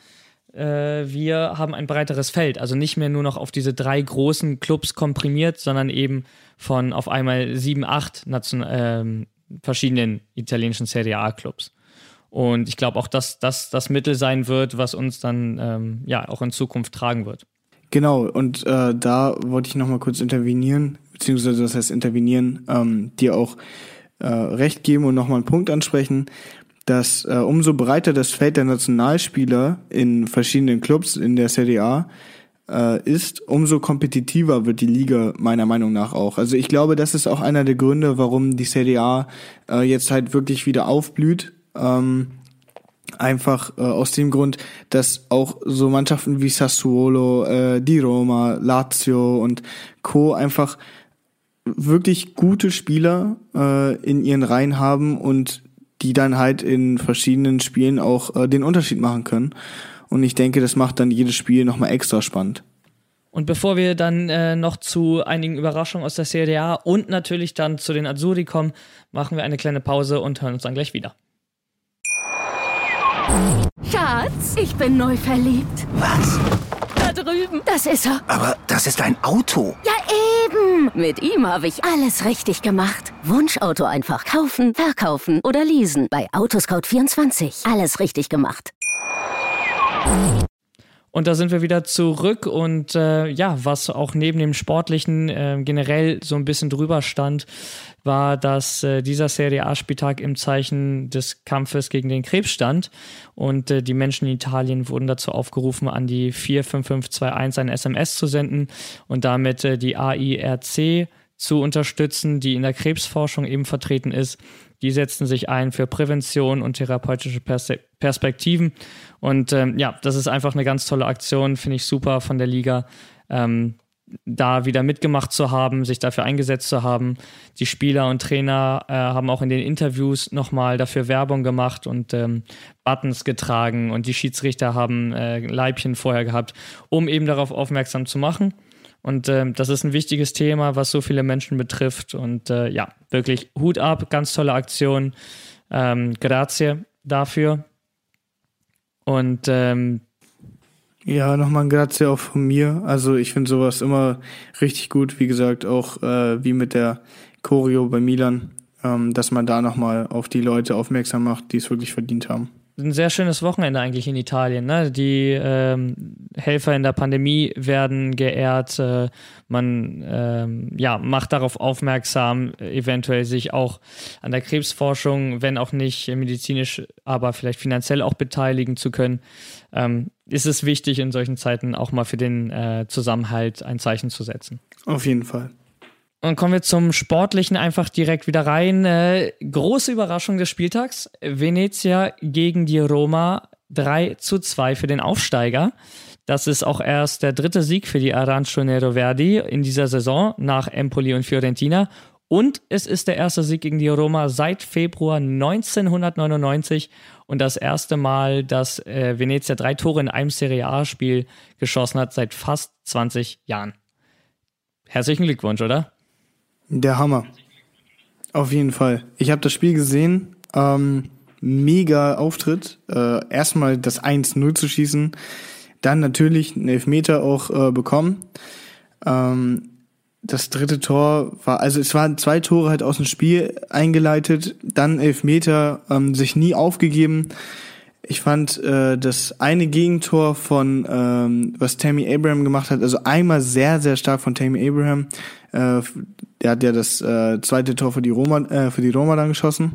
wir haben ein breiteres Feld, also nicht mehr nur noch auf diese drei großen Clubs komprimiert, sondern eben von auf einmal sieben, acht Nation- äh, verschiedenen italienischen Serie A-Clubs. Und ich glaube auch, dass das das Mittel sein wird, was uns dann ähm, ja auch in Zukunft tragen wird. Genau, und äh, da wollte ich nochmal kurz intervenieren, beziehungsweise das heißt intervenieren, ähm, dir auch äh, recht geben und nochmal einen Punkt ansprechen, dass äh, umso breiter das Feld der Nationalspieler in verschiedenen Clubs in der Serie A äh, ist, umso kompetitiver wird die Liga meiner Meinung nach auch. Also ich glaube, das ist auch einer der Gründe, warum die Serie A äh, jetzt halt wirklich wieder aufblüht. Ähm, einfach äh, aus dem Grund, dass auch so Mannschaften wie Sassuolo, äh, die Roma, Lazio und Co. einfach wirklich gute Spieler äh, in ihren Reihen haben und die dann halt in verschiedenen Spielen auch äh, den Unterschied machen können. Und ich denke, das macht dann jedes Spiel nochmal extra spannend. Und bevor wir dann äh, noch zu einigen Überraschungen aus der Serie A und natürlich dann zu den Azzurri kommen, machen wir eine kleine Pause und hören uns dann gleich wieder. Schatz, ich bin neu verliebt. Was? Da drüben. Das ist er. Aber das ist ein Auto. Ja, eben. Mit ihm habe ich alles richtig gemacht. Wunschauto einfach kaufen, verkaufen oder leasen. Bei Autoscout vierundzwanzig. Alles richtig gemacht. Und da sind wir wieder zurück und äh, ja, was auch neben dem Sportlichen äh, generell so ein bisschen drüber stand, war, dass äh, dieser Serie A-Spieltag im Zeichen des Kampfes gegen den Krebs stand und äh, die Menschen in Italien wurden dazu aufgerufen, an die vier fünf fünf zwei eins ein S M S zu senden und damit äh, die A I R C zu unterstützen, die in der Krebsforschung eben vertreten ist. Die setzen sich ein für Prävention und therapeutische Pers- Perspektiven. Und ähm, ja, das ist einfach eine ganz tolle Aktion, finde ich super von der Liga, ähm, da wieder mitgemacht zu haben, sich dafür eingesetzt zu haben. Die Spieler und Trainer äh, haben auch in den Interviews nochmal dafür Werbung gemacht und ähm, Buttons getragen und die Schiedsrichter haben äh, Leibchen vorher gehabt, um eben darauf aufmerksam zu machen. Und ähm, das ist ein wichtiges Thema, was so viele Menschen betrifft. Und äh, ja, wirklich Hut ab, ganz tolle Aktion. Ähm, grazie dafür. Und ähm, ja, nochmal ein Grazie auch von mir. Also ich finde sowas immer richtig gut. Wie gesagt, auch äh, wie mit der Choreo bei Milan, ähm, dass man da nochmal auf die Leute aufmerksam macht, die es wirklich verdient haben. Ein sehr schönes Wochenende eigentlich in Italien. Ne? Die ähm, Helfer in der Pandemie werden geehrt. Äh, man ähm, ja, macht darauf aufmerksam, eventuell sich auch an der Krebsforschung, wenn auch nicht medizinisch, aber vielleicht finanziell auch beteiligen zu können. Ähm, ist es wichtig, in solchen Zeiten auch mal für den äh, Zusammenhalt ein Zeichen zu setzen. Auf jeden Fall. Und kommen wir zum Sportlichen einfach direkt wieder rein. Äh, große Überraschung des Spieltags. Venezia gegen die Roma drei zu zwei für den Aufsteiger. Das ist auch erst der dritte Sieg für die Arancio-Nero Verdi in dieser Saison nach Empoli und Fiorentina. Und es ist der erste Sieg gegen die Roma seit Februar neunzehnhundertneunundneunzig und das erste Mal, dass äh, Venezia drei Tore in einem Serie A-Spiel geschossen hat seit fast zwanzig Jahren. Herzlichen Glückwunsch, oder? Der Hammer. Auf jeden Fall. Ich habe das Spiel gesehen. Ähm, mega Auftritt. Äh, erstmal das eins null zu schießen. dann natürlich einen Elfmeter auch äh, bekommen. Ähm, das dritte Tor war, also es waren zwei Tore halt aus dem Spiel eingeleitet, dann Elfmeter, ähm, sich nie aufgegeben. Ich fand äh, das eine Gegentor von, ähm, was Tammy Abraham gemacht hat, also einmal sehr, sehr stark von Tammy Abraham. Äh, der hat ja das äh, zweite Tor für die Roma, äh, für die Roma dann geschossen.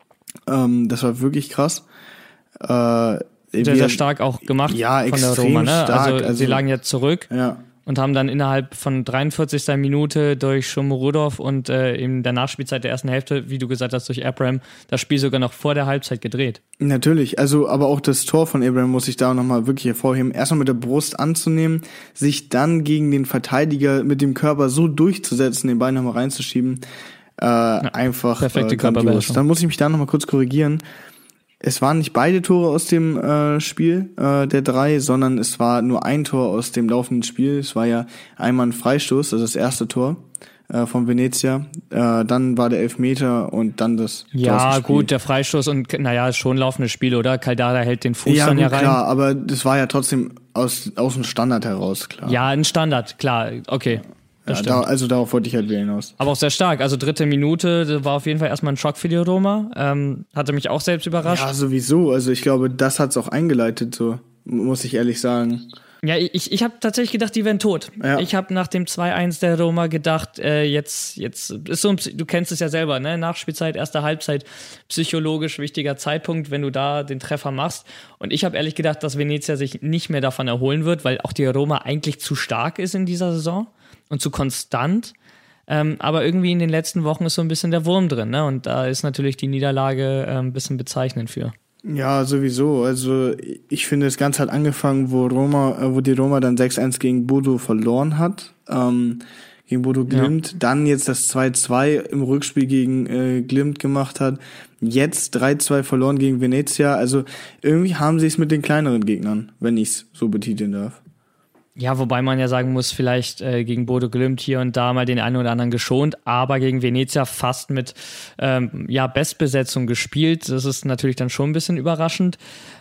Ähm, das war wirklich krass. Äh, sehr, sehr stark auch gemacht ja, von der Roma. Ne? Stark, also, also sie lagen jetzt zurück. Ja. Und haben dann innerhalb von dreiundvierzigster Minute durch Shomurodov und äh, in der Nachspielzeit der ersten Hälfte, wie du gesagt hast, durch Abraham, das Spiel sogar noch vor der Halbzeit gedreht. Natürlich, also aber auch das Tor von Abraham muss ich da nochmal wirklich hervorheben. Erstmal mit der Brust anzunehmen, sich dann gegen den Verteidiger mit dem Körper so durchzusetzen, den Bein nochmal reinzuschieben. Äh, ja, einfach perfekte äh, grandios. Dann muss ich mich da nochmal kurz korrigieren. Es waren nicht beide Tore aus dem äh, Spiel äh, der drei, sondern es war nur ein Tor aus dem laufenden Spiel. Es war ja einmal ein Freistoß, also das erste Tor äh, von Venezia. Äh, dann war der Elfmeter und dann das Tor Ja, gut, der Freistoß und naja, ist schon ein laufendes Spiel, oder? Caldara hält den Fuß ja, dann gut, ja rein. Ja, klar, aber das war ja trotzdem aus, aus dem Standard heraus, klar. Ja, ein Standard, klar, okay. Ja, da, also darauf wollte ich halt wieder hinaus. Aber auch sehr stark. Also dritte Minute, das war auf jeden Fall erstmal ein Schock für die Roma. Ähm, hatte mich auch selbst überrascht. Ja, sowieso. Also ich glaube, das hat's auch eingeleitet, so muss ich ehrlich sagen. Ja, ich, ich habe tatsächlich gedacht, die wären tot. Ja. Ich habe nach dem zwei eins der Roma gedacht, äh, jetzt, jetzt ist so ein, du kennst es ja selber, ne? Nachspielzeit, erste Halbzeit, psychologisch wichtiger Zeitpunkt, wenn du da den Treffer machst. Und ich habe ehrlich gedacht, dass Venezia sich nicht mehr davon erholen wird, weil auch die Roma eigentlich zu stark ist in dieser Saison und zu konstant. Ähm, aber irgendwie in den letzten Wochen ist so ein bisschen der Wurm drin, ne? Und da ist natürlich die Niederlage äh, ein bisschen bezeichnend für. Ja, sowieso. Also ich finde, das Ganze hat angefangen, wo Roma, wo die Roma dann sechs eins gegen Bodo verloren hat, ähm, gegen Bodo Glimt. Ja. Dann jetzt das zwei zwei im Rückspiel gegen äh, Glimt gemacht hat. Jetzt drei zwei verloren gegen Venezia. Also irgendwie haben sie es mit den kleineren Gegnern, wenn ich es so betiteln darf. Ja, wobei man ja sagen muss, vielleicht äh, gegen Bodo Glimt hier und da mal den einen oder anderen geschont, aber gegen Venezia fast mit ähm, ja, Bestbesetzung gespielt. Das ist natürlich dann schon ein bisschen überraschend.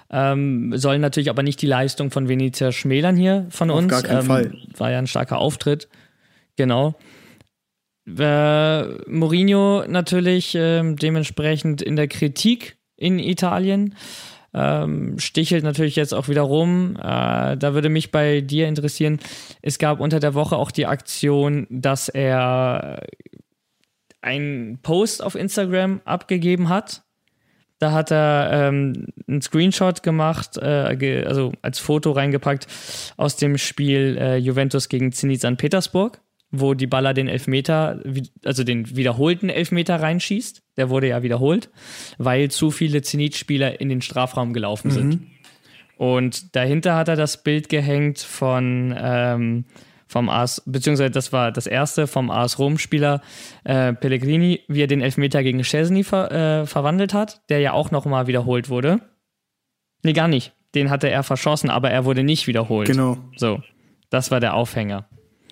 Ähm, soll natürlich aber nicht die Leistung von Venezia schmälern hier von Auf uns. Gar keinen ähm, Fall. War ja ein starker Auftritt. Genau. Äh, Mourinho natürlich äh, dementsprechend in der Kritik in Italien. Ähm, stichelt natürlich jetzt auch wieder rum. Äh, da würde mich bei dir interessieren, es gab unter der Woche auch die Aktion, dass er einen Post auf Instagram abgegeben hat. Da hat er ähm, einen Screenshot gemacht, äh, ge- also als Foto reingepackt aus dem Spiel äh, Juventus gegen Zenit Sankt Petersburg, wo Dybala den Elfmeter, also den wiederholten Elfmeter reinschießt. Der wurde ja wiederholt, weil zu viele Zenit-Spieler in den Strafraum gelaufen sind. Mhm. Und dahinter hat er das Bild gehängt von ähm, vom A S, beziehungsweise das war das erste vom A S Rom-Spieler äh, Pellegrini, wie er den Elfmeter gegen Szczesny ver, äh, verwandelt hat, der ja auch nochmal wiederholt wurde. Nee, gar nicht. Den hatte er verschossen, aber er wurde nicht wiederholt. Genau. So, das war der Aufhänger.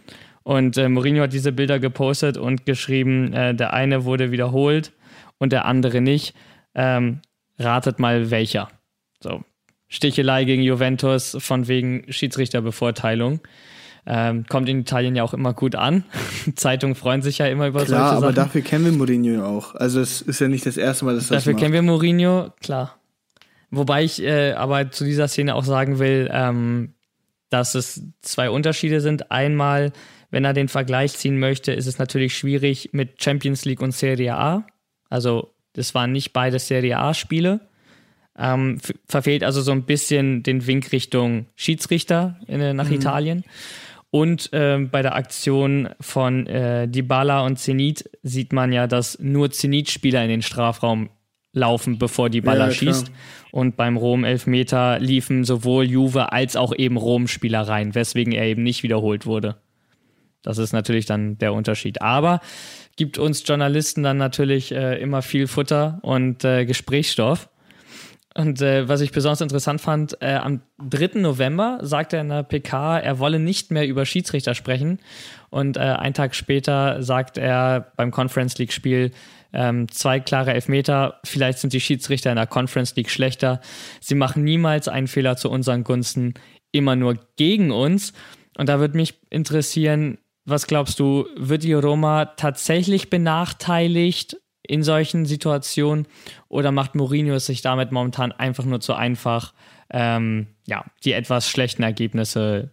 Und äh, Mourinho hat diese Bilder gepostet und geschrieben, äh, der eine wurde wiederholt und der andere nicht. Ähm, ratet mal welcher. So, Stichelei gegen Juventus von wegen Schiedsrichterbevorteilung. Ähm, kommt in Italien ja auch immer gut an. Zeitungen freuen sich ja immer über klar, solche Sachen. Klar, aber dafür kennen wir Mourinho ja auch. Also es ist ja nicht das erste Mal, dass das Dafür macht. kennen wir Mourinho, klar. Wobei ich äh, aber zu dieser Szene auch sagen will, ähm, dass es zwei Unterschiede sind. Einmal, wenn er den Vergleich ziehen möchte, ist es natürlich schwierig mit Champions League und Serie A. Also das waren nicht beide Serie A-Spiele. Ähm, f- verfehlt also so ein bisschen den Wink Richtung Schiedsrichter in, nach mhm. Italien. Und ähm, bei der Aktion von äh, Dybala und Zenit sieht man ja, dass nur Zenit-Spieler in den Strafraum laufen, bevor Dybala ja, schießt. Klar. Und beim Rom-Elfmeter liefen sowohl Juve als auch eben Rom-Spieler rein, weswegen er eben nicht wiederholt wurde. Das ist natürlich dann der Unterschied. Aber gibt uns Journalisten dann natürlich äh, immer viel Futter und äh, Gesprächsstoff. Und äh, was ich besonders interessant fand, äh, am dritten November sagte er in der P K, er wolle nicht mehr über Schiedsrichter sprechen. Und äh, einen Tag später sagt er beim Conference League-Spiel, ähm, zwei klare Elfmeter, vielleicht sind die Schiedsrichter in der Conference League schlechter. Sie machen niemals einen Fehler zu unseren Gunsten. immer nur gegen uns. Und da würde mich interessieren, was glaubst du, wird die Roma tatsächlich benachteiligt in solchen Situationen oder macht Mourinho es sich damit momentan einfach nur zu einfach, ähm, ja, die etwas schlechten Ergebnisse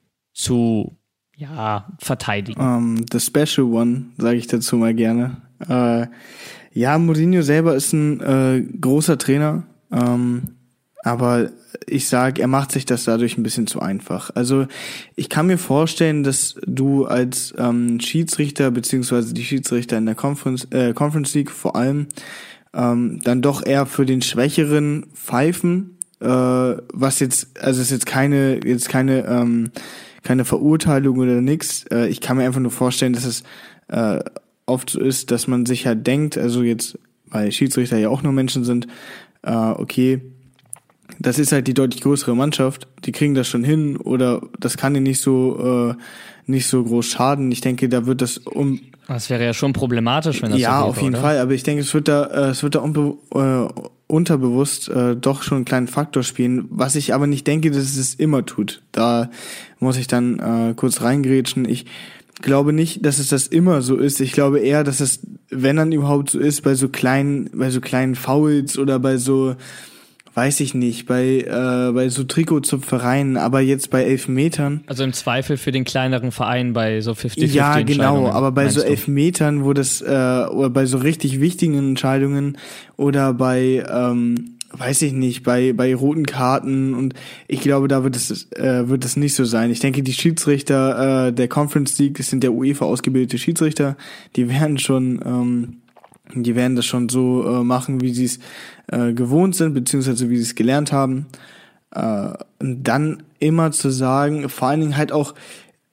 zu ja, verteidigen? Um, the special one, sage ich dazu mal gerne. Äh, ja, Mourinho selber ist ein äh, großer Trainer, ähm, aber ich sage, er macht sich das dadurch ein bisschen zu einfach. Also ich kann mir vorstellen, dass du als ähm, Schiedsrichter, beziehungsweise die Schiedsrichter in der Conference, äh, Conference League vor allem, ähm, dann doch eher für den Schwächeren pfeifen, äh, was jetzt, also ist jetzt keine, jetzt keine, ähm, keine Verurteilung oder nix. Äh, ich kann mir einfach nur vorstellen, dass es äh, oft so ist, dass man sich halt denkt, also jetzt, weil Schiedsrichter ja auch nur Menschen sind, äh, okay, das ist halt die deutlich größere Mannschaft, die kriegen das schon hin oder das kann ihnen nicht so äh, nicht so groß schaden. Ich denke, da wird das um Das wäre ja schon problematisch, wenn das ja so wäre, auf jeden oder? Fall, aber ich denke, es wird da äh, es wird da unbe äh, unterbewusst äh, doch schon einen kleinen Faktor spielen, was ich aber nicht denke, dass es immer tut. Da muss ich dann äh, kurz reingrätschen. Ich glaube nicht, dass es das immer so ist. Ich glaube eher, dass es, wenn dann überhaupt so ist, bei so kleinen bei so kleinen Fouls oder bei so weiß ich nicht, bei äh, bei so Trikotzupfereien, aber jetzt bei Elfmetern. Also im Zweifel für den kleineren Verein bei so fünfzig fünfzig Ja, genau, Entscheidungen, aber bei so meinst du? Elfmetern, wo das, äh, oder bei so richtig wichtigen Entscheidungen oder bei, ähm, weiß ich nicht, bei bei roten Karten und ich glaube, da wird es äh, wird es nicht so sein. Ich denke, die Schiedsrichter äh, der Conference League, das sind der UEFA ausgebildete Schiedsrichter, die werden schon ähm, die werden das schon so äh, machen, wie sie es äh, gewohnt sind, beziehungsweise wie sie es gelernt haben. Äh, und dann immer zu sagen, vor allen Dingen halt auch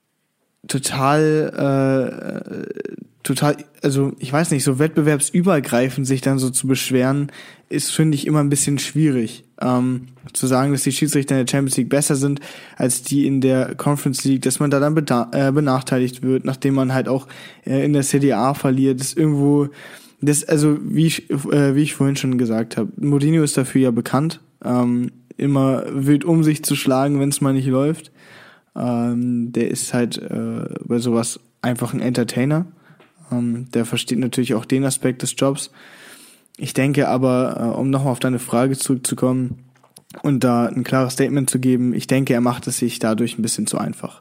total, äh, total, also ich weiß nicht, so wettbewerbsübergreifend sich dann so zu beschweren, ist, finde ich, immer ein bisschen schwierig. Ähm, zu sagen, dass die Schiedsrichter in der Champions League besser sind als die in der Conference League, dass man da dann beda- äh, benachteiligt wird, nachdem man halt auch äh, in der C D A verliert, ist irgendwo das, also wie ich, äh, wie ich vorhin schon gesagt habe, Mourinho ist dafür ja bekannt, ähm, immer wild um sich zu schlagen, wenn es mal nicht läuft. Ähm, der ist halt äh, bei sowas einfach ein Entertainer. Ähm, der versteht natürlich auch den Aspekt des Jobs. Ich denke aber, äh, um nochmal auf deine Frage zurückzukommen und da ein klares Statement zu geben, ich denke, er macht es sich dadurch ein bisschen zu einfach.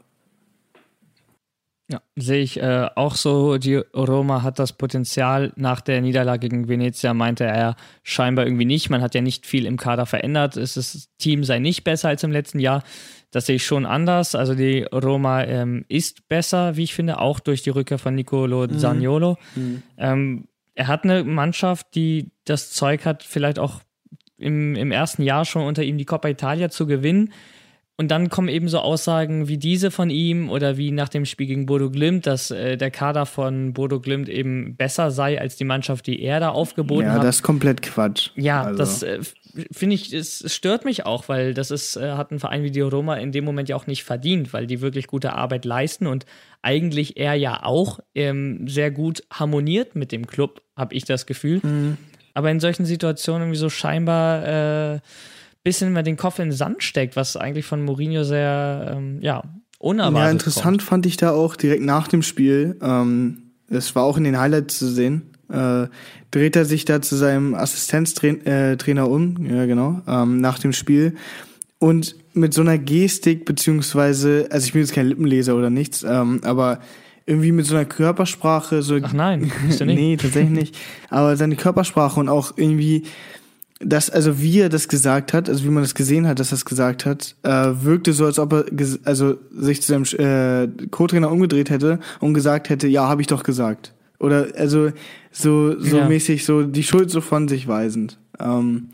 Ja, sehe ich äh, auch so. Die Roma hat das Potenzial. Nach der Niederlage gegen Venezia meinte er scheinbar irgendwie nicht. Man hat ja nicht viel im Kader verändert. Es ist, das Team sei nicht besser als im letzten Jahr. Das sehe ich schon anders. Also die Roma ähm, ist besser, wie ich finde, auch durch die Rückkehr von Nicolo mhm. Zaniolo. Mhm. Ähm, er hat eine Mannschaft, die das Zeug hat, vielleicht auch im, im ersten Jahr schon unter ihm die Coppa Italia zu gewinnen. Und dann kommen eben so Aussagen wie diese von ihm oder wie nach dem Spiel gegen Bodo Glimt, dass äh, der Kader von Bodo Glimt eben besser sei als die Mannschaft, die er da aufgeboten ja, hat. Ja, das ist komplett Quatsch. Ja, also. das äh, finde ich, es stört mich auch, weil das ist, äh, hat ein Verein wie die Roma in dem Moment ja auch nicht verdient, weil die wirklich gute Arbeit leisten und eigentlich er ja auch ähm, sehr gut harmoniert mit dem Club, habe ich das Gefühl. Mhm. Aber in solchen Situationen irgendwie so scheinbar äh, bisschen mal den Kopf in den Sand steckt, was eigentlich von Mourinho sehr, ähm, ja, unerwartet Ja, interessant kommt. Fand ich da auch direkt nach dem Spiel, ähm, das war auch in den Highlights zu sehen, äh, dreht er sich da zu seinem Assistenztrainer äh, um, ja genau, ähm, nach dem Spiel und mit so einer Gestik, beziehungsweise, also ich bin jetzt kein Lippenleser oder nichts, ähm, aber irgendwie mit so einer Körpersprache, so. Ach nein, bist du nicht? Nee, tatsächlich nicht, aber seine Körpersprache und auch irgendwie das, also wie er das gesagt hat, also wie man das gesehen hat, dass er es gesagt hat, äh, wirkte so, als ob er ges- also sich zu seinem äh, Co-Trainer umgedreht hätte und gesagt hätte, ja, habe ich doch gesagt. Oder also so so ja. mäßig so die Schuld so von sich weisend. Ähm,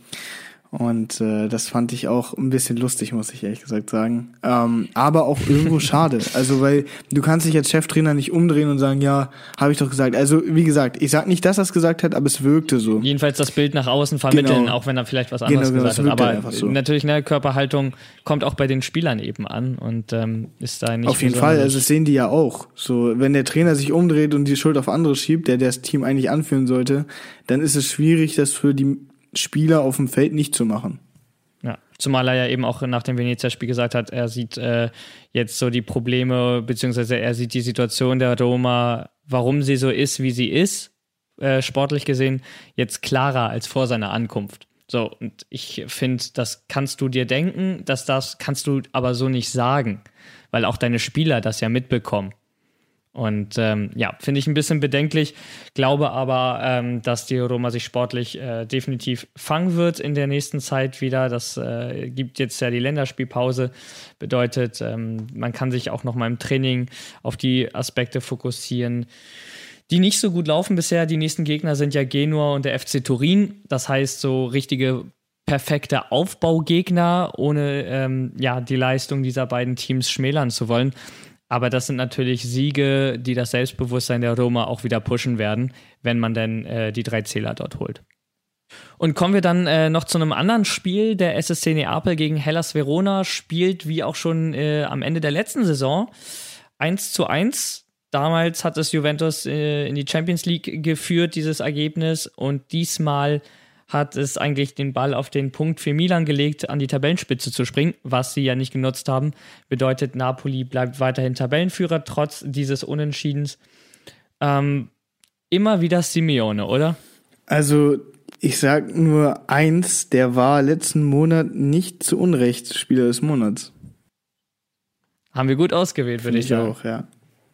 und äh, das fand ich auch ein bisschen lustig, muss ich ehrlich gesagt sagen. Ähm, aber auch irgendwo schade. Also weil du kannst dich als Cheftrainer nicht umdrehen und sagen, ja, habe ich doch gesagt. Also wie gesagt, ich sag nicht, dass er es gesagt hat, aber es wirkte so. Jedenfalls das Bild nach außen vermitteln, Genau. auch wenn er vielleicht was anderes Genau, gesagt das hat. wirkte Aber einfach so. natürlich, ne, Körperhaltung kommt auch bei den Spielern eben an und ähm, ist da nicht Auf jeden Fall, also das sehen die ja auch. So, wenn der Trainer sich umdreht und die Schuld auf andere schiebt, der das Team eigentlich anführen sollte, dann ist es schwierig, das für die Spieler auf dem Feld nicht zu machen. Ja, Zumal er ja eben auch nach dem Venezia-Spiel gesagt hat, er sieht äh, jetzt so die Probleme, beziehungsweise er sieht die Situation der Roma, warum sie so ist, wie sie ist, äh, sportlich gesehen, jetzt klarer als vor seiner Ankunft. So, und ich finde, das kannst du dir denken, dass das kannst du aber so nicht sagen, weil auch deine Spieler das ja mitbekommen. Und ähm, ja, finde ich ein bisschen bedenklich, glaube aber, ähm, dass die Roma sich sportlich äh, definitiv fangen wird in der nächsten Zeit wieder. Das äh, gibt jetzt ja die Länderspielpause, bedeutet, ähm, man kann sich auch noch mal im Training auf die Aspekte fokussieren, die nicht so gut laufen bisher. Die nächsten Gegner sind ja Genua und der F C Turin. Das heißt, so richtige perfekte Aufbaugegner, ohne ähm, ja, die Leistung dieser beiden Teams schmälern zu wollen. Aber das sind natürlich Siege, die das Selbstbewusstsein der Roma auch wieder pushen werden, wenn man denn äh, die drei Zähler dort holt. Und kommen wir dann äh, noch zu einem anderen Spiel. Der S S C Neapel gegen Hellas Verona spielt, wie auch schon äh, am Ende der letzten Saison, eins zu eins. Damals hat es Juventus äh, in die Champions League geführt, dieses Ergebnis. Und diesmal hat es eigentlich den Ball auf den Punkt für Milan gelegt, an die Tabellenspitze zu springen, was sie ja nicht genutzt haben. Bedeutet, Napoli bleibt weiterhin Tabellenführer, trotz dieses Unentschiedens. Ähm, immer wieder Simeone, oder? Also, ich sag nur eins, der war letzten Monat nicht zu Unrecht Spieler des Monats. Haben wir gut ausgewählt, würde ich sagen. auch, ja.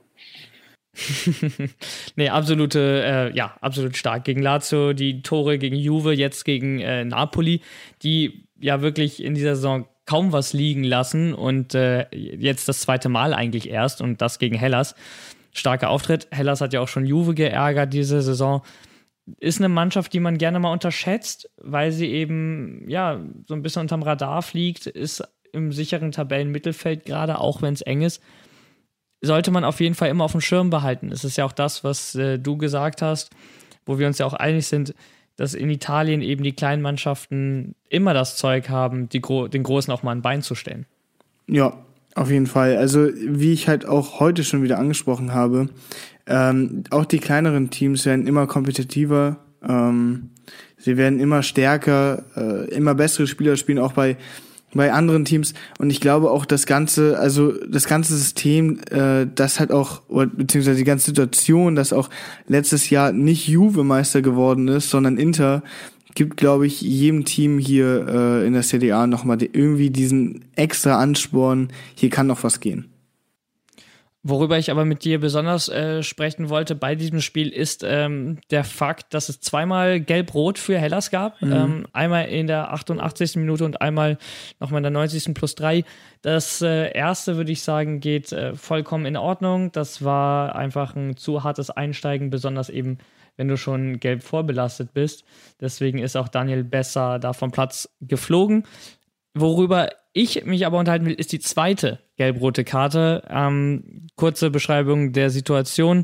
nee, absolute, äh, ja, absolut stark. Gegen Lazio, die Tore gegen Juve, jetzt gegen äh, Napoli, die ja wirklich in dieser Saison kaum was liegen lassen und äh, jetzt das zweite Mal eigentlich erst und das gegen Hellas. Starker Auftritt. Hellas hat ja auch schon Juve geärgert diese Saison. Ist eine Mannschaft, die man gerne mal unterschätzt, weil sie eben, ja, so ein bisschen unterm Radar fliegt, ist im sicheren Tabellenmittelfeld gerade, auch wenn es eng ist. Sollte man auf jeden Fall immer auf dem Schirm behalten. Es ist ja auch das, was äh, du gesagt hast, wo wir uns ja auch einig sind, dass in Italien eben die kleinen Mannschaften immer das Zeug haben, die Gro- den Großen auch mal ein Bein zu stellen. Ja, auf jeden Fall. Also wie ich halt auch heute schon wieder angesprochen habe, ähm, auch die kleineren Teams werden immer kompetitiver, ähm, sie werden immer stärker, äh, immer bessere Spieler spielen, auch bei bei anderen Teams, und ich glaube auch das ganze, also das ganze System, äh, das halt auch, oder beziehungsweise die ganze Situation, dass auch letztes Jahr nicht Juve Meister geworden ist, sondern Inter, gibt, glaube ich, jedem Team hier äh, in der Serie A nochmal die, irgendwie diesen extra Ansporn, hier kann noch was gehen. Worüber ich aber mit dir besonders äh, sprechen wollte bei diesem Spiel ist ähm, der Fakt, dass es zweimal Gelb-Rot für Hellas gab. Mhm. Ähm, einmal in der achtundachtzigsten Minute und einmal nochmal in der neunzigsten plus drei. Das äh, erste, würde ich sagen, geht äh, vollkommen in Ordnung. Das war einfach ein zu hartes Einsteigen, besonders eben, wenn du schon gelb vorbelastet bist. Deswegen ist auch Daniel Besser da vom Platz geflogen. Worüber ich mich aber unterhalten will, ist die zweite gelb-rote Karte. Ähm, kurze Beschreibung der Situation.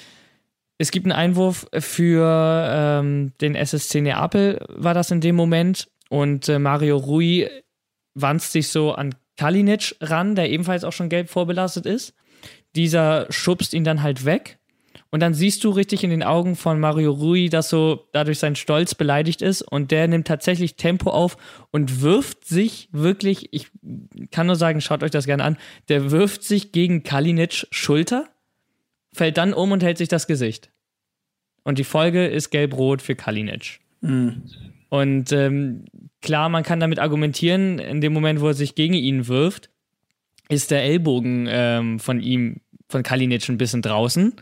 Es gibt einen Einwurf für ähm, den S S C Neapel, war das in dem Moment. Und äh, Mario Rui wanzt sich so an Kalinic ran, der ebenfalls auch schon gelb vorbelastet ist. Dieser schubst ihn dann halt weg. Und dann siehst du richtig in den Augen von Mario Rui, dass so dadurch sein Stolz beleidigt ist, und der nimmt tatsächlich Tempo auf und wirft sich wirklich, ich kann nur sagen, schaut euch das gerne an, der wirft sich gegen Kalinic Schulter, fällt dann um und hält sich das Gesicht. Und die Folge ist gelb-rot für Kalinic. Mhm. Und ähm, klar, man kann damit argumentieren, in dem Moment, wo er sich gegen ihn wirft, ist der Ellbogen ähm, von ihm, von Kalinic ein bisschen draußen.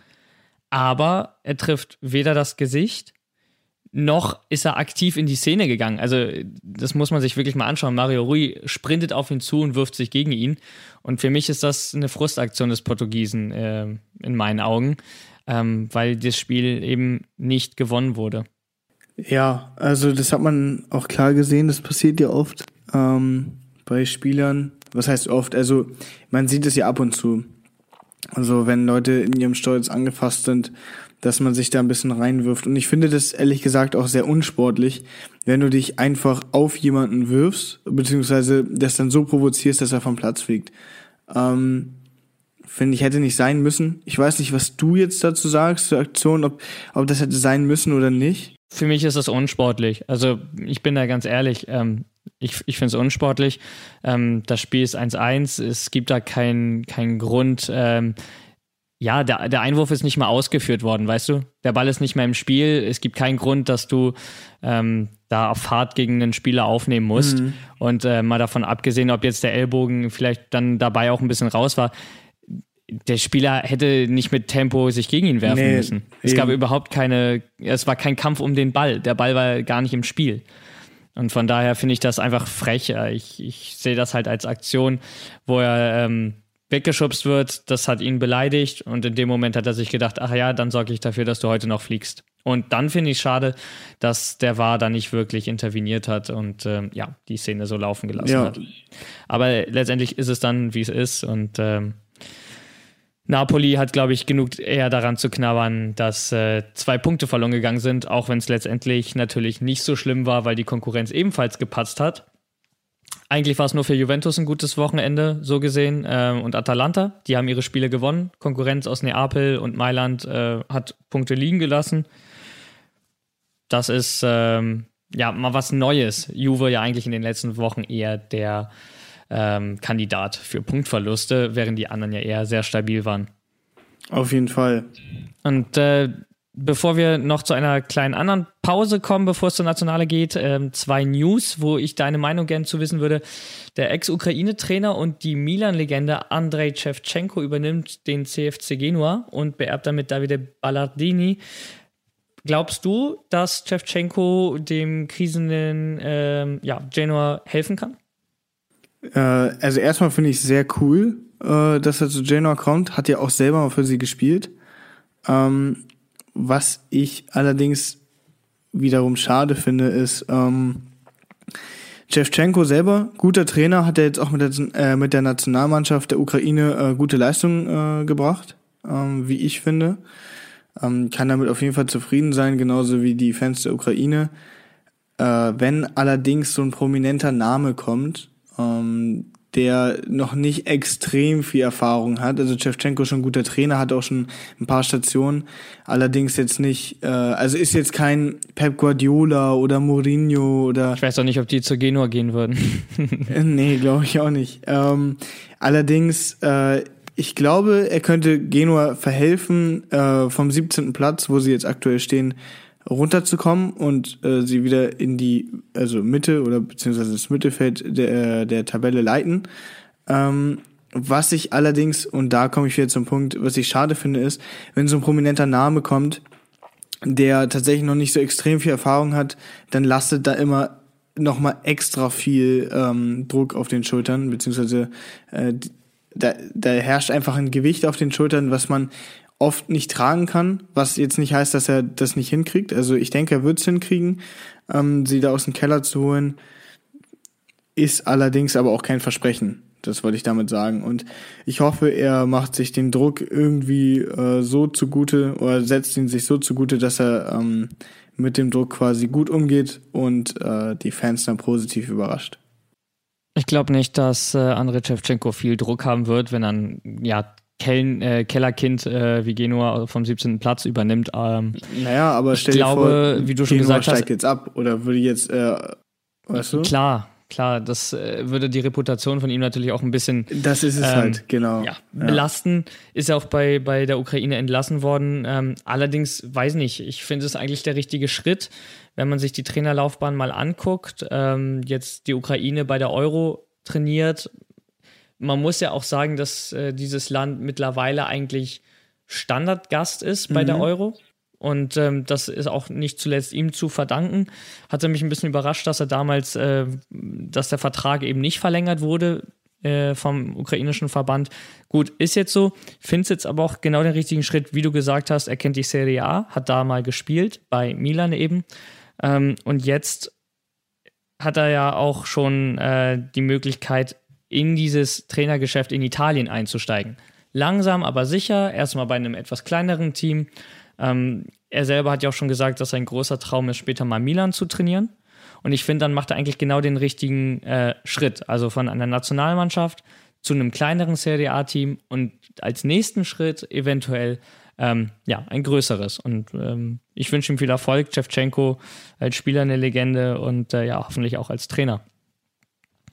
Aber er trifft weder das Gesicht, noch ist er aktiv in die Szene gegangen. Also das muss man sich wirklich mal anschauen. Mario Rui sprintet auf ihn zu und wirft sich gegen ihn. Und für mich ist das eine Frustaktion des Portugiesen äh, in meinen Augen, ähm, weil das Spiel eben nicht gewonnen wurde. Ja, also das hat man auch klar gesehen. Das passiert ja oft ähm, bei Spielern. Was heißt oft? Also man sieht es ja ab und zu. Also wenn Leute in ihrem Stolz angefasst sind, dass man sich da ein bisschen reinwirft. Und ich finde das ehrlich gesagt auch sehr unsportlich, wenn du dich einfach auf jemanden wirfst, beziehungsweise das dann so provozierst, dass er vom Platz fliegt. Ähm, finde ich, hätte nicht sein müssen. Ich weiß nicht, was du jetzt dazu sagst zur Aktion, ob, ob das hätte sein müssen oder nicht. Für mich ist das unsportlich. Also ich bin da ganz ehrlich. Ähm, Ich, ich finde es unsportlich. Ähm, das Spiel ist eins eins. Es gibt da keinen kein Grund. Ähm, ja, der, der Einwurf ist nicht mal ausgeführt worden, weißt du? Der Ball ist nicht mehr im Spiel. Es gibt keinen Grund, dass du ähm, da auf Fahrt gegen einen Spieler aufnehmen musst. Mhm. Und äh, mal davon abgesehen, ob jetzt der Ellbogen vielleicht dann dabei auch ein bisschen raus war. Der Spieler hätte nicht mit Tempo sich gegen ihn werfen nee, müssen. Es eben. gab überhaupt keine, es war kein Kampf um den Ball. Der Ball war gar nicht im Spiel. Und von daher finde ich das einfach frech. Ich, ich sehe das halt als Aktion, wo er ähm, weggeschubst wird. Das hat ihn beleidigt. Und in dem Moment hat er sich gedacht, ach ja, dann sorge ich dafür, dass du heute noch fliegst. Und dann finde ich schade, dass der V A R da nicht wirklich interveniert hat und ähm, ja, die Szene so laufen gelassen ja. hat. Aber letztendlich ist es dann, wie es ist. Und ähm, Napoli hat, glaube ich, genug eher daran zu knabbern, dass äh, zwei Punkte verloren gegangen sind, auch wenn es letztendlich natürlich nicht so schlimm war, weil die Konkurrenz ebenfalls gepatzt hat. Eigentlich war es nur für Juventus ein gutes Wochenende, so gesehen, äh, und Atalanta, die haben ihre Spiele gewonnen. Konkurrenz aus Neapel und Mailand äh, hat Punkte liegen gelassen. Das ist ähm, ja mal was Neues. Juve ja eigentlich in den letzten Wochen eher der Ähm, Kandidat für Punktverluste, während die anderen ja eher sehr stabil waren. Auf jeden Fall. Und äh, bevor wir noch zu einer kleinen anderen Pause kommen, bevor es zur Nationale geht, äh, zwei News, wo ich deine Meinung gerne zu wissen würde. Der Ex-Ukraine-Trainer und die Milan-Legende Andrei Shevchenko übernimmt den C F C Genua und beerbt damit Davide Ballardini. Glaubst du, dass Shevchenko dem krisenden äh, ja, Genua helfen kann? Also erstmal finde ich sehr cool, dass er zu Genoa kommt. Hat ja auch selber mal für sie gespielt. Was ich allerdings wiederum schade finde, ist, Shevchenko selber, guter Trainer, hat er jetzt auch mit der, mit der Nationalmannschaft der Ukraine gute Leistungen gebracht, wie ich finde. Kann damit auf jeden Fall zufrieden sein, genauso wie die Fans der Ukraine. Wenn allerdings so ein prominenter Name kommt, der noch nicht extrem viel Erfahrung hat. Also Shevchenko ist schon ein guter Trainer, hat auch schon ein paar Stationen, allerdings jetzt nicht, äh, also ist jetzt kein Pep Guardiola oder Mourinho oder... Ich weiß auch nicht, ob die zu Genua gehen würden. Nee, glaube ich auch nicht. Ähm, allerdings, äh, ich glaube, er könnte Genua verhelfen, äh, vom siebzehnten Platz, wo sie jetzt aktuell stehen, runterzukommen und äh, sie wieder in die also Mitte oder beziehungsweise das Mittelfeld der, der Tabelle leiten. Ähm, was ich allerdings, und da komme ich wieder zum Punkt, was ich schade finde, ist, wenn so ein prominenter Name kommt, der tatsächlich noch nicht so extrem viel Erfahrung hat, dann lastet da immer nochmal extra viel ähm, Druck auf den Schultern, beziehungsweise äh, da, da herrscht einfach ein Gewicht auf den Schultern, was man oft nicht tragen kann, was jetzt nicht heißt, dass er das nicht hinkriegt. Also ich denke, er wird es hinkriegen, ähm, sie da aus dem Keller zu holen, ist allerdings aber auch kein Versprechen. Das wollte ich damit sagen. Und ich hoffe, er macht sich den Druck irgendwie äh, so zugute oder setzt ihn sich so zugute, dass er ähm, mit dem Druck quasi gut umgeht und äh, die Fans dann positiv überrascht. Ich glaube nicht, dass äh, Andrei Shevchenko viel Druck haben wird, wenn er ja Kel- äh, Kellerkind äh, wie Genua vom siebzehnten Platz übernimmt. Ähm, naja, aber stell ich dir glaube, vor, wie du schon Genua gesagt steigt hast, jetzt ab oder würde jetzt, äh, weißt du? Klar, klar, das äh, würde die Reputation von ihm natürlich auch ein bisschen das ist es ähm, halt, genau. Ja, belasten. Ja. Ist ja auch bei, bei der Ukraine entlassen worden. Ähm, allerdings, weiß nicht, ich finde es eigentlich der richtige Schritt, wenn man sich die Trainerlaufbahn mal anguckt. Ähm, jetzt die Ukraine bei der Euro trainiert. Man muss ja auch sagen, dass äh, dieses Land mittlerweile eigentlich Standardgast ist bei mhm. der Euro. Und ähm, das ist auch nicht zuletzt ihm zu verdanken. Hatte mich ein bisschen überrascht, dass er damals, äh, dass der Vertrag eben nicht verlängert wurde äh, vom ukrainischen Verband. Gut, ist jetzt so. Finde es jetzt aber auch genau den richtigen Schritt, wie du gesagt hast. Er kennt die Serie A, hat da mal gespielt, bei Milan eben. Ähm, und jetzt hat er ja auch schon äh, die Möglichkeit, in dieses Trainergeschäft in Italien einzusteigen. Langsam, aber sicher, erstmal bei einem etwas kleineren Team. Ähm, er selber hat ja auch schon gesagt, dass sein großer Traum ist, später mal Milan zu trainieren. Und ich finde, dann macht er eigentlich genau den richtigen äh, Schritt. Also von einer Nationalmannschaft zu einem kleineren Serie A-Team und als nächsten Schritt eventuell ähm, ja, ein größeres. Und ähm, ich wünsche ihm viel Erfolg. Shevchenko als Spieler eine Legende und äh, ja, hoffentlich auch als Trainer.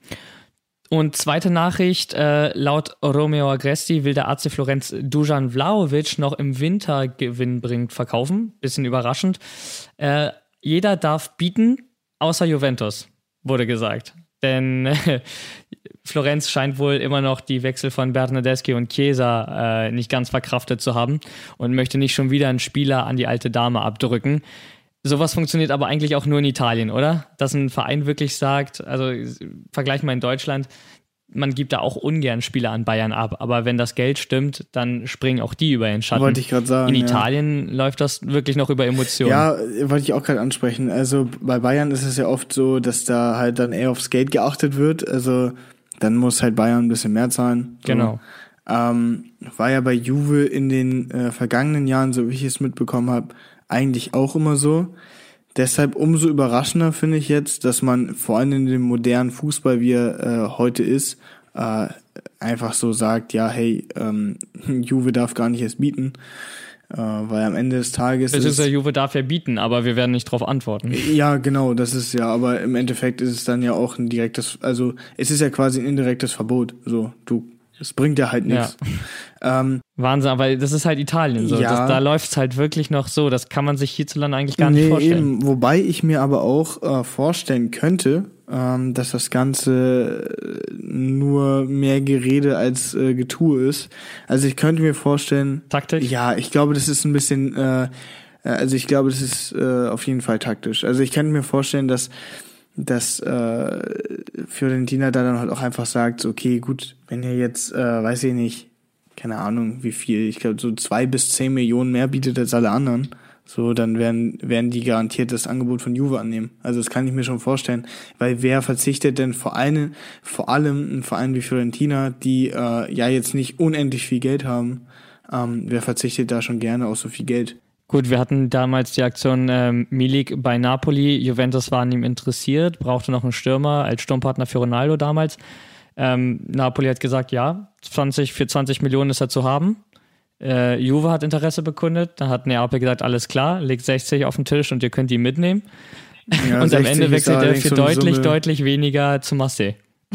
Und zweite Nachricht, äh, laut Romeo Agresti will der A C Florenz Dusan Vlahovic noch im Winter gewinnbringend verkaufen. Bisschen überraschend. Äh, jeder darf bieten, außer Juventus, wurde gesagt. Denn äh, Florenz scheint wohl immer noch die Wechsel von Bernardeschi und Chiesa äh, nicht ganz verkraftet zu haben und möchte nicht schon wieder einen Spieler an die alte Dame abdrücken. Sowas funktioniert aber eigentlich auch nur in Italien, oder? Dass ein Verein wirklich sagt, also vergleich mal in Deutschland, man gibt da auch ungern Spieler an Bayern ab, aber wenn das Geld stimmt, dann springen auch die über den Schatten. Wollte ich gerade sagen. In ja. Italien läuft das wirklich noch über Emotionen. Ja, wollte ich auch gerade ansprechen. Also bei Bayern ist es ja oft so, dass da halt dann eher aufs Geld geachtet wird. Also dann muss halt Bayern ein bisschen mehr zahlen. So. Genau. Ähm, war ja bei Juve in den äh, vergangenen Jahren, so wie ich es mitbekommen habe, eigentlich auch immer so. Deshalb umso überraschender finde ich jetzt, dass man vor allem in dem modernen Fußball, wie er äh, heute ist, äh, einfach so sagt, ja, hey, ähm, Juve darf gar nicht erst bieten, äh, weil am Ende des Tages Es ist ist ja, Juve darf ja bieten, aber wir werden nicht darauf antworten. ja, genau, das ist ja, aber im Endeffekt ist es dann ja auch ein direktes, also es ist ja quasi ein indirektes Verbot, so, du, es bringt ja halt nichts. Ja. Ähm, Wahnsinn, aber das ist halt Italien so. Ja. Das, da läuft es halt wirklich noch so. Das kann man sich hierzulande eigentlich gar nee, nicht vorstellen. Eben. Wobei ich mir aber auch äh, vorstellen könnte, ähm, dass das Ganze nur mehr Gerede als äh, Getue ist. Also ich könnte mir vorstellen... Taktisch? Ja, ich glaube, das ist ein bisschen... Äh, also ich glaube, das ist äh, auf jeden Fall taktisch. Also ich könnte mir vorstellen, dass dass äh, Fiorentina da dann halt auch einfach sagt, so, okay, gut, wenn ihr jetzt, äh, weiß ich nicht, keine Ahnung, wie viel, ich glaube so zwei bis zehn Millionen mehr bietet als alle anderen, so, dann werden werden die garantiert das Angebot von Juve annehmen. Also das kann ich mir schon vorstellen, weil wer verzichtet denn vor allem, vor allem ein Verein wie Fiorentina, die äh, ja jetzt nicht unendlich viel Geld haben, ähm, wer verzichtet da schon gerne auf so viel Geld? Gut, wir hatten damals die Aktion ähm, Milik bei Napoli. Juventus war an ihm interessiert, brauchte noch einen Stürmer als Sturmpartner für Ronaldo damals. Ähm, Napoli hat gesagt, ja, zwanzig, für zwanzig Millionen ist er zu haben. Äh, Juve hat Interesse bekundet. Dann hat Neapel gesagt, alles klar, legt sechzig auf den Tisch und ihr könnt ihn mitnehmen. Ja, und am Ende wechselt er für so deutlich, Summe. deutlich weniger zu Marseille.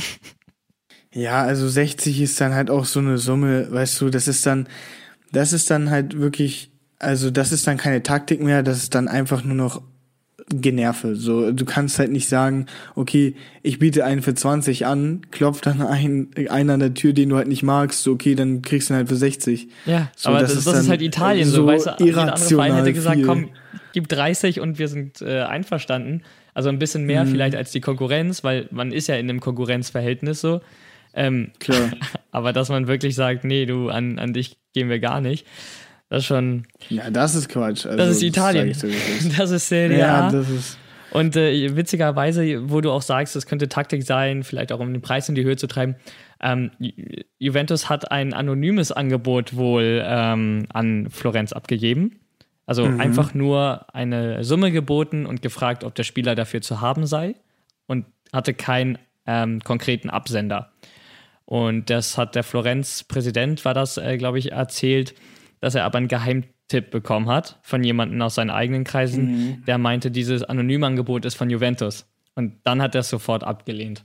Ja, also sechzig ist dann halt auch so eine Summe, weißt du, das ist dann, das ist dann halt wirklich, also das ist dann keine Taktik mehr, das ist dann einfach nur noch Generve. So, du kannst halt nicht sagen, okay, ich biete einen für zwanzig an, klopft dann ein, einer an der Tür, den du halt nicht magst, so, okay, dann kriegst du ihn halt für sechzig. Ja, so, aber das, das, ist, das ist halt Italien so, weißt du, jeder andere Verein hätte gesagt, viel. komm, gib dreißig und wir sind äh, einverstanden. Also ein bisschen mehr mhm. vielleicht als die Konkurrenz, weil man ist ja in einem Konkurrenzverhältnis so. Ähm, Klar. Aber dass man wirklich sagt, nee, du, an, an dich gehen wir gar nicht. Das ist schon. Ja, das ist Quatsch. Also, das ist Italien. Das, ist. das ist Serie Ja, A. das ist. Und äh, witzigerweise, wo du auch sagst, das könnte Taktik sein, vielleicht auch um den Preis in die Höhe zu treiben. Ähm, Ju- Juventus hat ein anonymes Angebot wohl ähm, an Florenz abgegeben. Also Mhm. einfach nur eine Summe geboten und gefragt, ob der Spieler dafür zu haben sei. Und hatte keinen ähm, konkreten Absender. Und das hat der Florenz-Präsident, war das, äh, glaube ich, erzählt, dass er aber einen Geheimtipp bekommen hat von jemandem aus seinen eigenen Kreisen, mhm. der meinte, dieses anonyme Angebot ist von Juventus. Und dann hat er es sofort abgelehnt.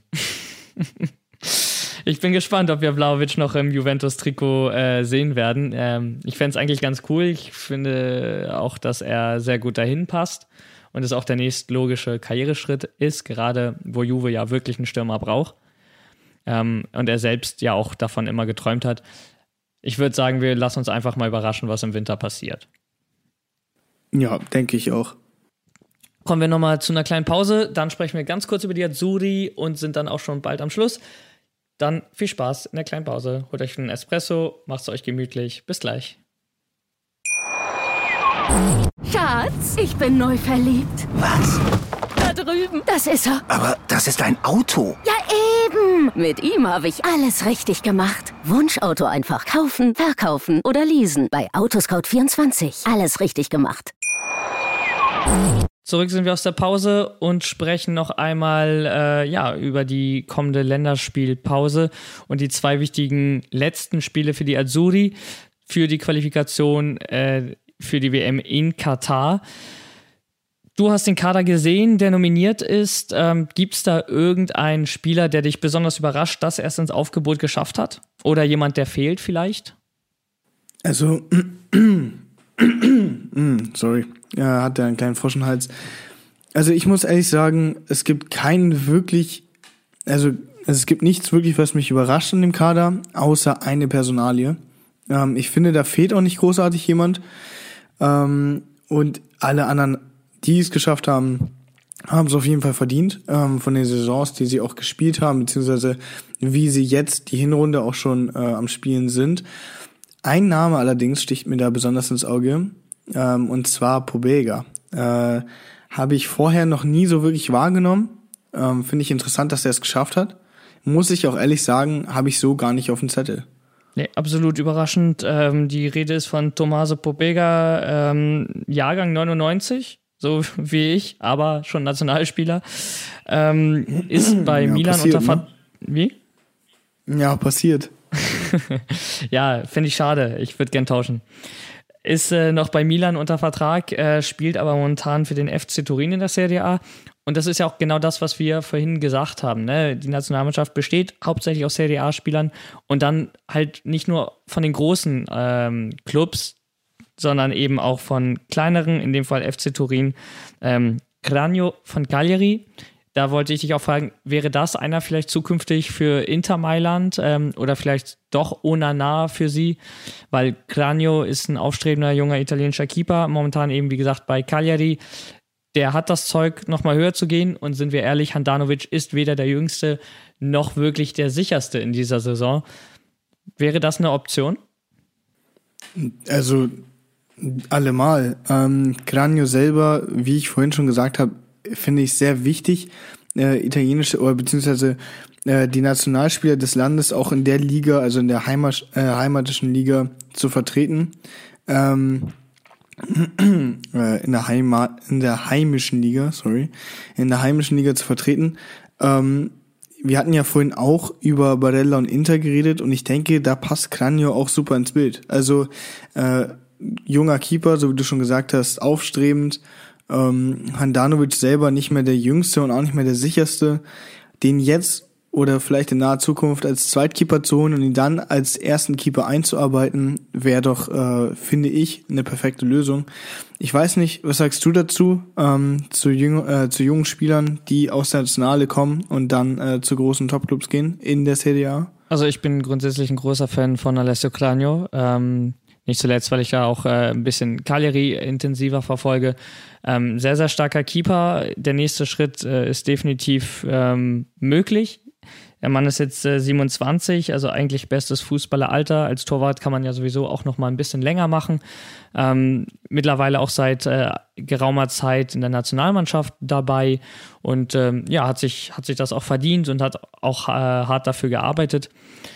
Ich bin gespannt, ob wir Vlahovic noch im Juventus-Trikot äh, sehen werden. Ähm, ich fände es eigentlich ganz cool. Ich finde auch, dass er sehr gut dahin passt und es auch der nächstlogische Karriereschritt ist, gerade wo Juve ja wirklich einen Stürmer braucht. Ähm, und er selbst ja auch davon immer geträumt hat. Ich würde sagen, wir lassen uns einfach mal überraschen, was im Winter passiert. Ja, denke ich auch. Kommen wir nochmal zu einer kleinen Pause, dann sprechen wir ganz kurz über die Azzurri und sind dann auch schon bald am Schluss. Dann viel Spaß in der kleinen Pause. Holt euch einen Espresso, macht es euch gemütlich. Bis gleich. Schatz, ich bin neu verliebt. Was? Da drüben. Das ist er. Aber das ist ein Auto. Ja, eben. Mit ihm habe ich alles richtig gemacht. Wunschauto einfach kaufen, verkaufen oder leasen. Bei Autoscout vierundzwanzig. Alles richtig gemacht. Zurück sind wir aus der Pause und sprechen noch einmal äh, ja, über die kommende Länderspielpause und die zwei wichtigen letzten Spiele für die Azzurri für die Qualifikation äh, für die W M in Katar. Du hast den Kader gesehen, der nominiert ist. Ähm, Gibt es da irgendeinen Spieler, der dich besonders überrascht, dass er es ins Aufgebot geschafft hat? Oder jemand, der fehlt vielleicht? Also, sorry, er hat ja einen kleinen Frosch im Hals. Also ich muss ehrlich sagen, es gibt keinen wirklich, also es gibt nichts wirklich, was mich überrascht in dem Kader, außer eine Personalie. Ähm, ich finde, da fehlt auch nicht großartig jemand. Ähm, und alle anderen, die es geschafft haben, haben es auf jeden Fall verdient, ähm, von den Saisons, die sie auch gespielt haben, beziehungsweise wie sie jetzt die Hinrunde auch schon äh, am Spielen sind. Ein Name allerdings sticht mir da besonders ins Auge, ähm, und zwar Pobega. Äh, habe ich vorher noch nie so wirklich wahrgenommen. Ähm, finde ich interessant, dass er es geschafft hat. Muss ich auch ehrlich sagen, habe ich so gar nicht auf dem Zettel. Nee, absolut überraschend. Ähm, die Rede ist von Tommaso Pobega, ähm, Jahrgang neunundneunzig, so wie ich, aber schon Nationalspieler. Ähm, ist bei ja, Milan passiert, unter Ver- ne? Wie? Ja, passiert. Ja, finde ich schade. Ich würde gern tauschen. Ist äh, noch bei Milan unter Vertrag, äh, spielt aber momentan für den F C Turin in der Serie A. Und das ist ja auch genau das, was wir vorhin gesagt haben. Ne? Die Nationalmannschaft besteht hauptsächlich aus Serie A-Spielern und dann halt nicht nur von den großen ähm, Clubs, sondern eben auch von kleineren, in dem Fall F C Turin. Ähm, Cragno von Cagliari. Da wollte ich dich auch fragen, wäre das einer vielleicht zukünftig für Inter Mailand ähm, oder vielleicht doch Onana für sie? Weil Cragno ist ein aufstrebender junger italienischer Keeper, momentan eben wie gesagt bei Cagliari. Der hat das Zeug, nochmal höher zu gehen und sind wir ehrlich, Handanovic ist weder der Jüngste noch wirklich der Sicherste in dieser Saison. Wäre das eine Option? Also allemal. Ähm, Cragno selber, wie ich vorhin schon gesagt habe, finde ich sehr wichtig, äh, italienische oder beziehungsweise äh, die Nationalspieler des Landes auch in der Liga, also in der Heimat, äh, heimatischen Liga zu vertreten. Ähm, äh, in der Heimat, in der heimischen Liga, sorry, in der heimischen Liga zu vertreten. Ähm, wir hatten ja vorhin auch über Barella und Inter geredet und ich denke, da passt Cragno auch super ins Bild. Also äh, junger Keeper, so wie du schon gesagt hast, aufstrebend. Ähm, Handanovic selber nicht mehr der Jüngste und auch nicht mehr der Sicherste, den jetzt oder vielleicht in naher Zukunft als Zweitkeeper zu holen und ihn dann als ersten Keeper einzuarbeiten, wäre doch, äh, finde ich, eine perfekte Lösung. Ich weiß nicht, was sagst du dazu, ähm, zu, jüng- äh, zu jungen Spielern, die aus der Nationale kommen und dann äh, zu großen Topclubs gehen in der Serie A? Also ich bin grundsätzlich ein großer Fan von Alessio Cragno. Ähm, nicht zuletzt, weil ich ja auch äh, ein bisschen Cagliari intensiver verfolge. Ähm, sehr, sehr starker Keeper. Der nächste Schritt äh, ist definitiv ähm, möglich. Der Mann ist jetzt äh, siebenundzwanzig, also eigentlich bestes Fußballeralter. Als Torwart kann man ja sowieso auch noch mal ein bisschen länger machen. Ähm, mittlerweile auch seit äh, geraumer Zeit in der Nationalmannschaft dabei und ähm, ja, hat sich, hat sich das auch verdient und hat auch äh, hart dafür gearbeitet.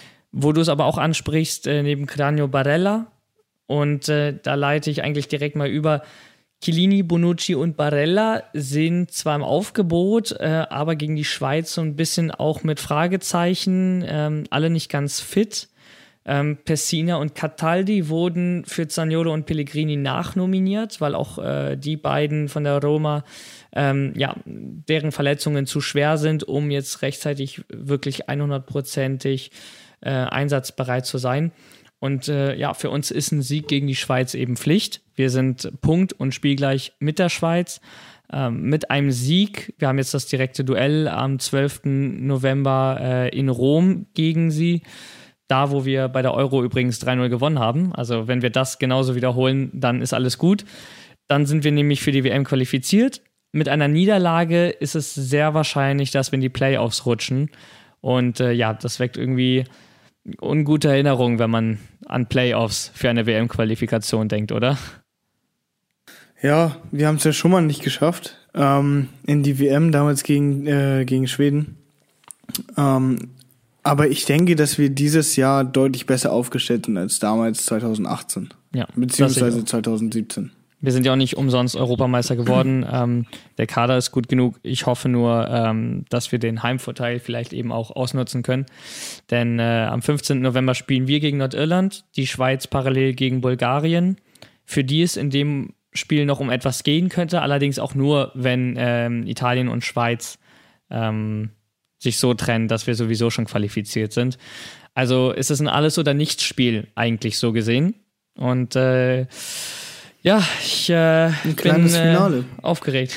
Wo du es aber auch ansprichst, äh, neben Cragno Barella, und äh, da leite ich eigentlich direkt mal über. Chiellini, Bonucci und Barella sind zwar im Aufgebot, äh, aber gegen die Schweiz so ein bisschen auch mit Fragezeichen, ähm, alle nicht ganz fit. Ähm, Pessina und Cataldi wurden für Zaniolo und Pellegrini nachnominiert, weil auch äh, die beiden von der Roma, ähm, ja, deren Verletzungen zu schwer sind, um jetzt rechtzeitig wirklich hundertprozentig äh, einsatzbereit zu sein. Und äh, ja, für uns ist ein Sieg gegen die Schweiz eben Pflicht. Wir sind Punkt- und spielgleich mit der Schweiz. Ähm, mit einem Sieg, wir haben jetzt das direkte Duell am zwölften November äh, in Rom gegen sie. Da, wo wir bei der Euro übrigens drei null gewonnen haben. Also wenn wir das genauso wiederholen, dann ist alles gut. Dann sind wir nämlich für die W M qualifiziert. Mit einer Niederlage ist es sehr wahrscheinlich, dass wir in die Playoffs rutschen. Und äh, ja, das weckt irgendwie ungute Erinnerung, wenn man an Playoffs für eine W M-Qualifikation denkt, oder? Ja, wir haben es ja schon mal nicht geschafft, ähm, in die W M, damals gegen, äh, gegen Schweden. Ähm, aber ich denke, dass wir dieses Jahr deutlich besser aufgestellt sind als damals zwanzig achtzehn. Ja, beziehungsweise zwanzig siebzehn. Wir sind ja auch nicht umsonst Europameister geworden. ähm, der Kader ist gut genug. Ich hoffe nur, ähm, dass wir den Heimvorteil vielleicht eben auch ausnutzen können. Denn äh, am fünfzehnten November spielen wir gegen Nordirland, die Schweiz parallel gegen Bulgarien. Für die ist in dem Spiel noch um etwas gehen könnte, allerdings auch nur, wenn ähm, Italien und Schweiz ähm, sich so trennen, dass wir sowieso schon qualifiziert sind. Also ist es ein Alles- oder Nichts-Spiel eigentlich so gesehen. Und äh, ja, ich äh, ein kleines bin äh, Finale. aufgeregt.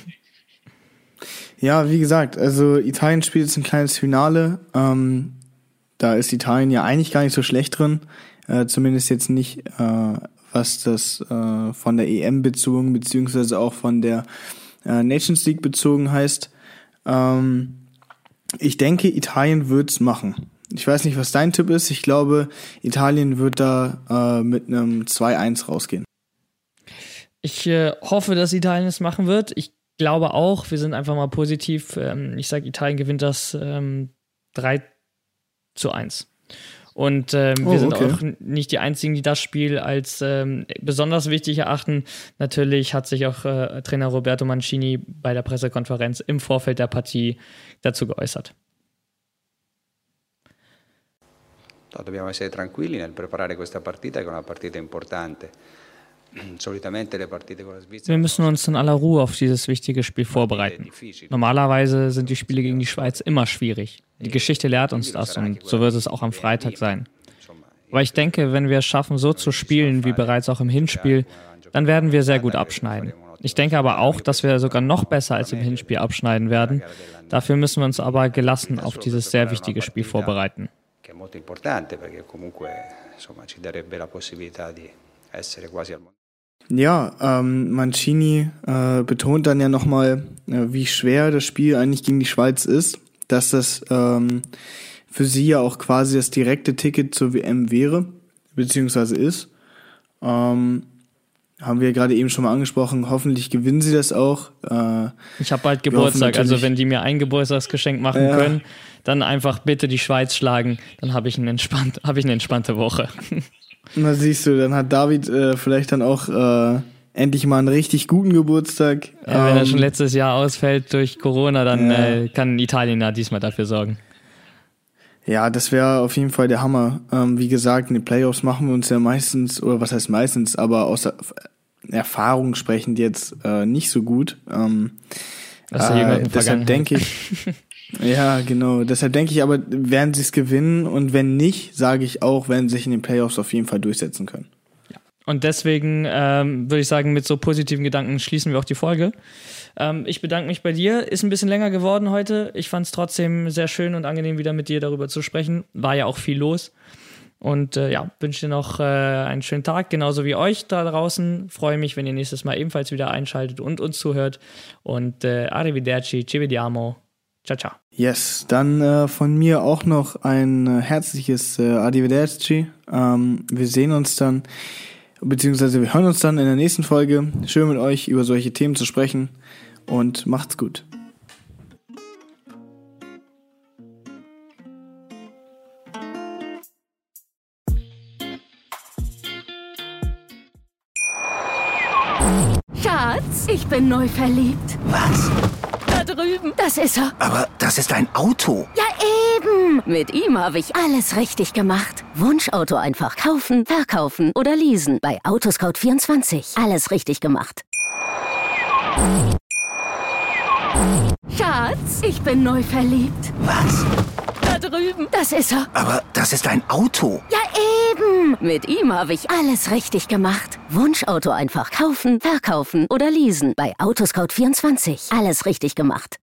Ja, wie gesagt, also Italien spielt jetzt ein kleines Finale. Ähm, da ist Italien ja eigentlich gar nicht so schlecht drin. Äh, zumindest jetzt nicht, äh, was das äh, von der E M bezogen, beziehungsweise auch von der äh, Nations League bezogen heißt. Ähm, ich denke, Italien wird's machen. Ich weiß nicht, was dein Tipp ist. Ich glaube, Italien wird da äh, mit einem zwei eins rausgehen. Ich äh, hoffe, dass Italien es machen wird. Ich glaube auch, wir sind einfach mal positiv. Ähm, ich sage, Italien gewinnt das ähm, drei zu eins. Und ähm, wir oh, sind okay. auch nicht die Einzigen, die das Spiel als ähm, besonders wichtig erachten. Natürlich hat sich auch äh, Trainer Roberto Mancini bei der Pressekonferenz im Vorfeld der Partie dazu geäußert. Dobbiamo essere tranquilli nel preparare questa partita, che è una partita importante. Wir müssen uns in aller Ruhe auf dieses wichtige Spiel vorbereiten. Normalerweise sind die Spiele gegen die Schweiz immer schwierig. Die Geschichte lehrt uns das und so wird es auch am Freitag sein. Aber ich denke, wenn wir es schaffen, so zu spielen wie bereits auch im Hinspiel, dann werden wir sehr gut abschneiden. Ich denke aber auch, dass wir sogar noch besser als im Hinspiel abschneiden werden. Dafür müssen wir uns aber gelassen auf dieses sehr wichtige Spiel vorbereiten. Ja, ähm, Mancini äh, betont dann ja nochmal, äh, wie schwer das Spiel eigentlich gegen die Schweiz ist, dass das ähm, für sie ja auch quasi das direkte Ticket zur W M wäre, beziehungsweise ist. Ähm, haben wir gerade eben schon mal angesprochen, hoffentlich gewinnen sie das auch. Äh, ich habe bald Geburtstag, also wenn die mir ein Geburtstagsgeschenk machen ja. können, dann einfach bitte die Schweiz schlagen, dann habe ich, ein entspannt, hab ich eine entspannte Woche. Na siehst du, dann hat David äh, vielleicht dann auch äh, endlich mal einen richtig guten Geburtstag. Ja, wenn ähm, er schon letztes Jahr ausfällt durch Corona, dann ja. äh, kann Italien da diesmal dafür sorgen. Ja, das wäre auf jeden Fall der Hammer. Ähm, wie gesagt, in den Playoffs machen wir uns ja meistens, oder was heißt meistens, aber aus Erfahrung sprechend jetzt äh, nicht so gut. Ähm, äh, deshalb denke ich, ja, genau. Deshalb denke ich aber, werden sie es gewinnen und wenn nicht, sage ich auch, werden sie sich in den Playoffs auf jeden Fall durchsetzen können. Ja. Und deswegen ähm, würde ich sagen, mit so positiven Gedanken schließen wir auch die Folge. Ähm, ich bedanke mich bei dir. Ist ein bisschen länger geworden heute. Ich fand es trotzdem sehr schön und angenehm, wieder mit dir darüber zu sprechen. War ja auch viel los. Und äh, ja, wünsche dir noch äh, einen schönen Tag, genauso wie euch da draußen. Freue mich, wenn ihr nächstes Mal ebenfalls wieder einschaltet und uns zuhört. Und äh, arrivederci, ci vediamo. Ciao, ciao. Yes, dann äh, von mir auch noch ein äh, herzliches äh, Arrivederci. Ähm, wir sehen uns dann, beziehungsweise wir hören uns dann in der nächsten Folge. Schön mit euch über solche Themen zu sprechen und macht's gut. Schatz, ich bin neu verliebt. Was? Da drüben. Das ist er. Aber das ist ein Auto. Ja, eben. Mit ihm habe ich alles richtig gemacht. Wunschauto einfach kaufen, verkaufen oder leasen. Bei Autoscout vierundzwanzig. Alles richtig gemacht. Schatz, ich bin neu verliebt. Was? Da drüben. Das ist er. Aber das ist ein Auto. Ja, eben. Mit ihm habe ich alles richtig gemacht. Wunschauto einfach kaufen, verkaufen oder leasen. Bei Autoscout vierundzwanzig. Alles richtig gemacht.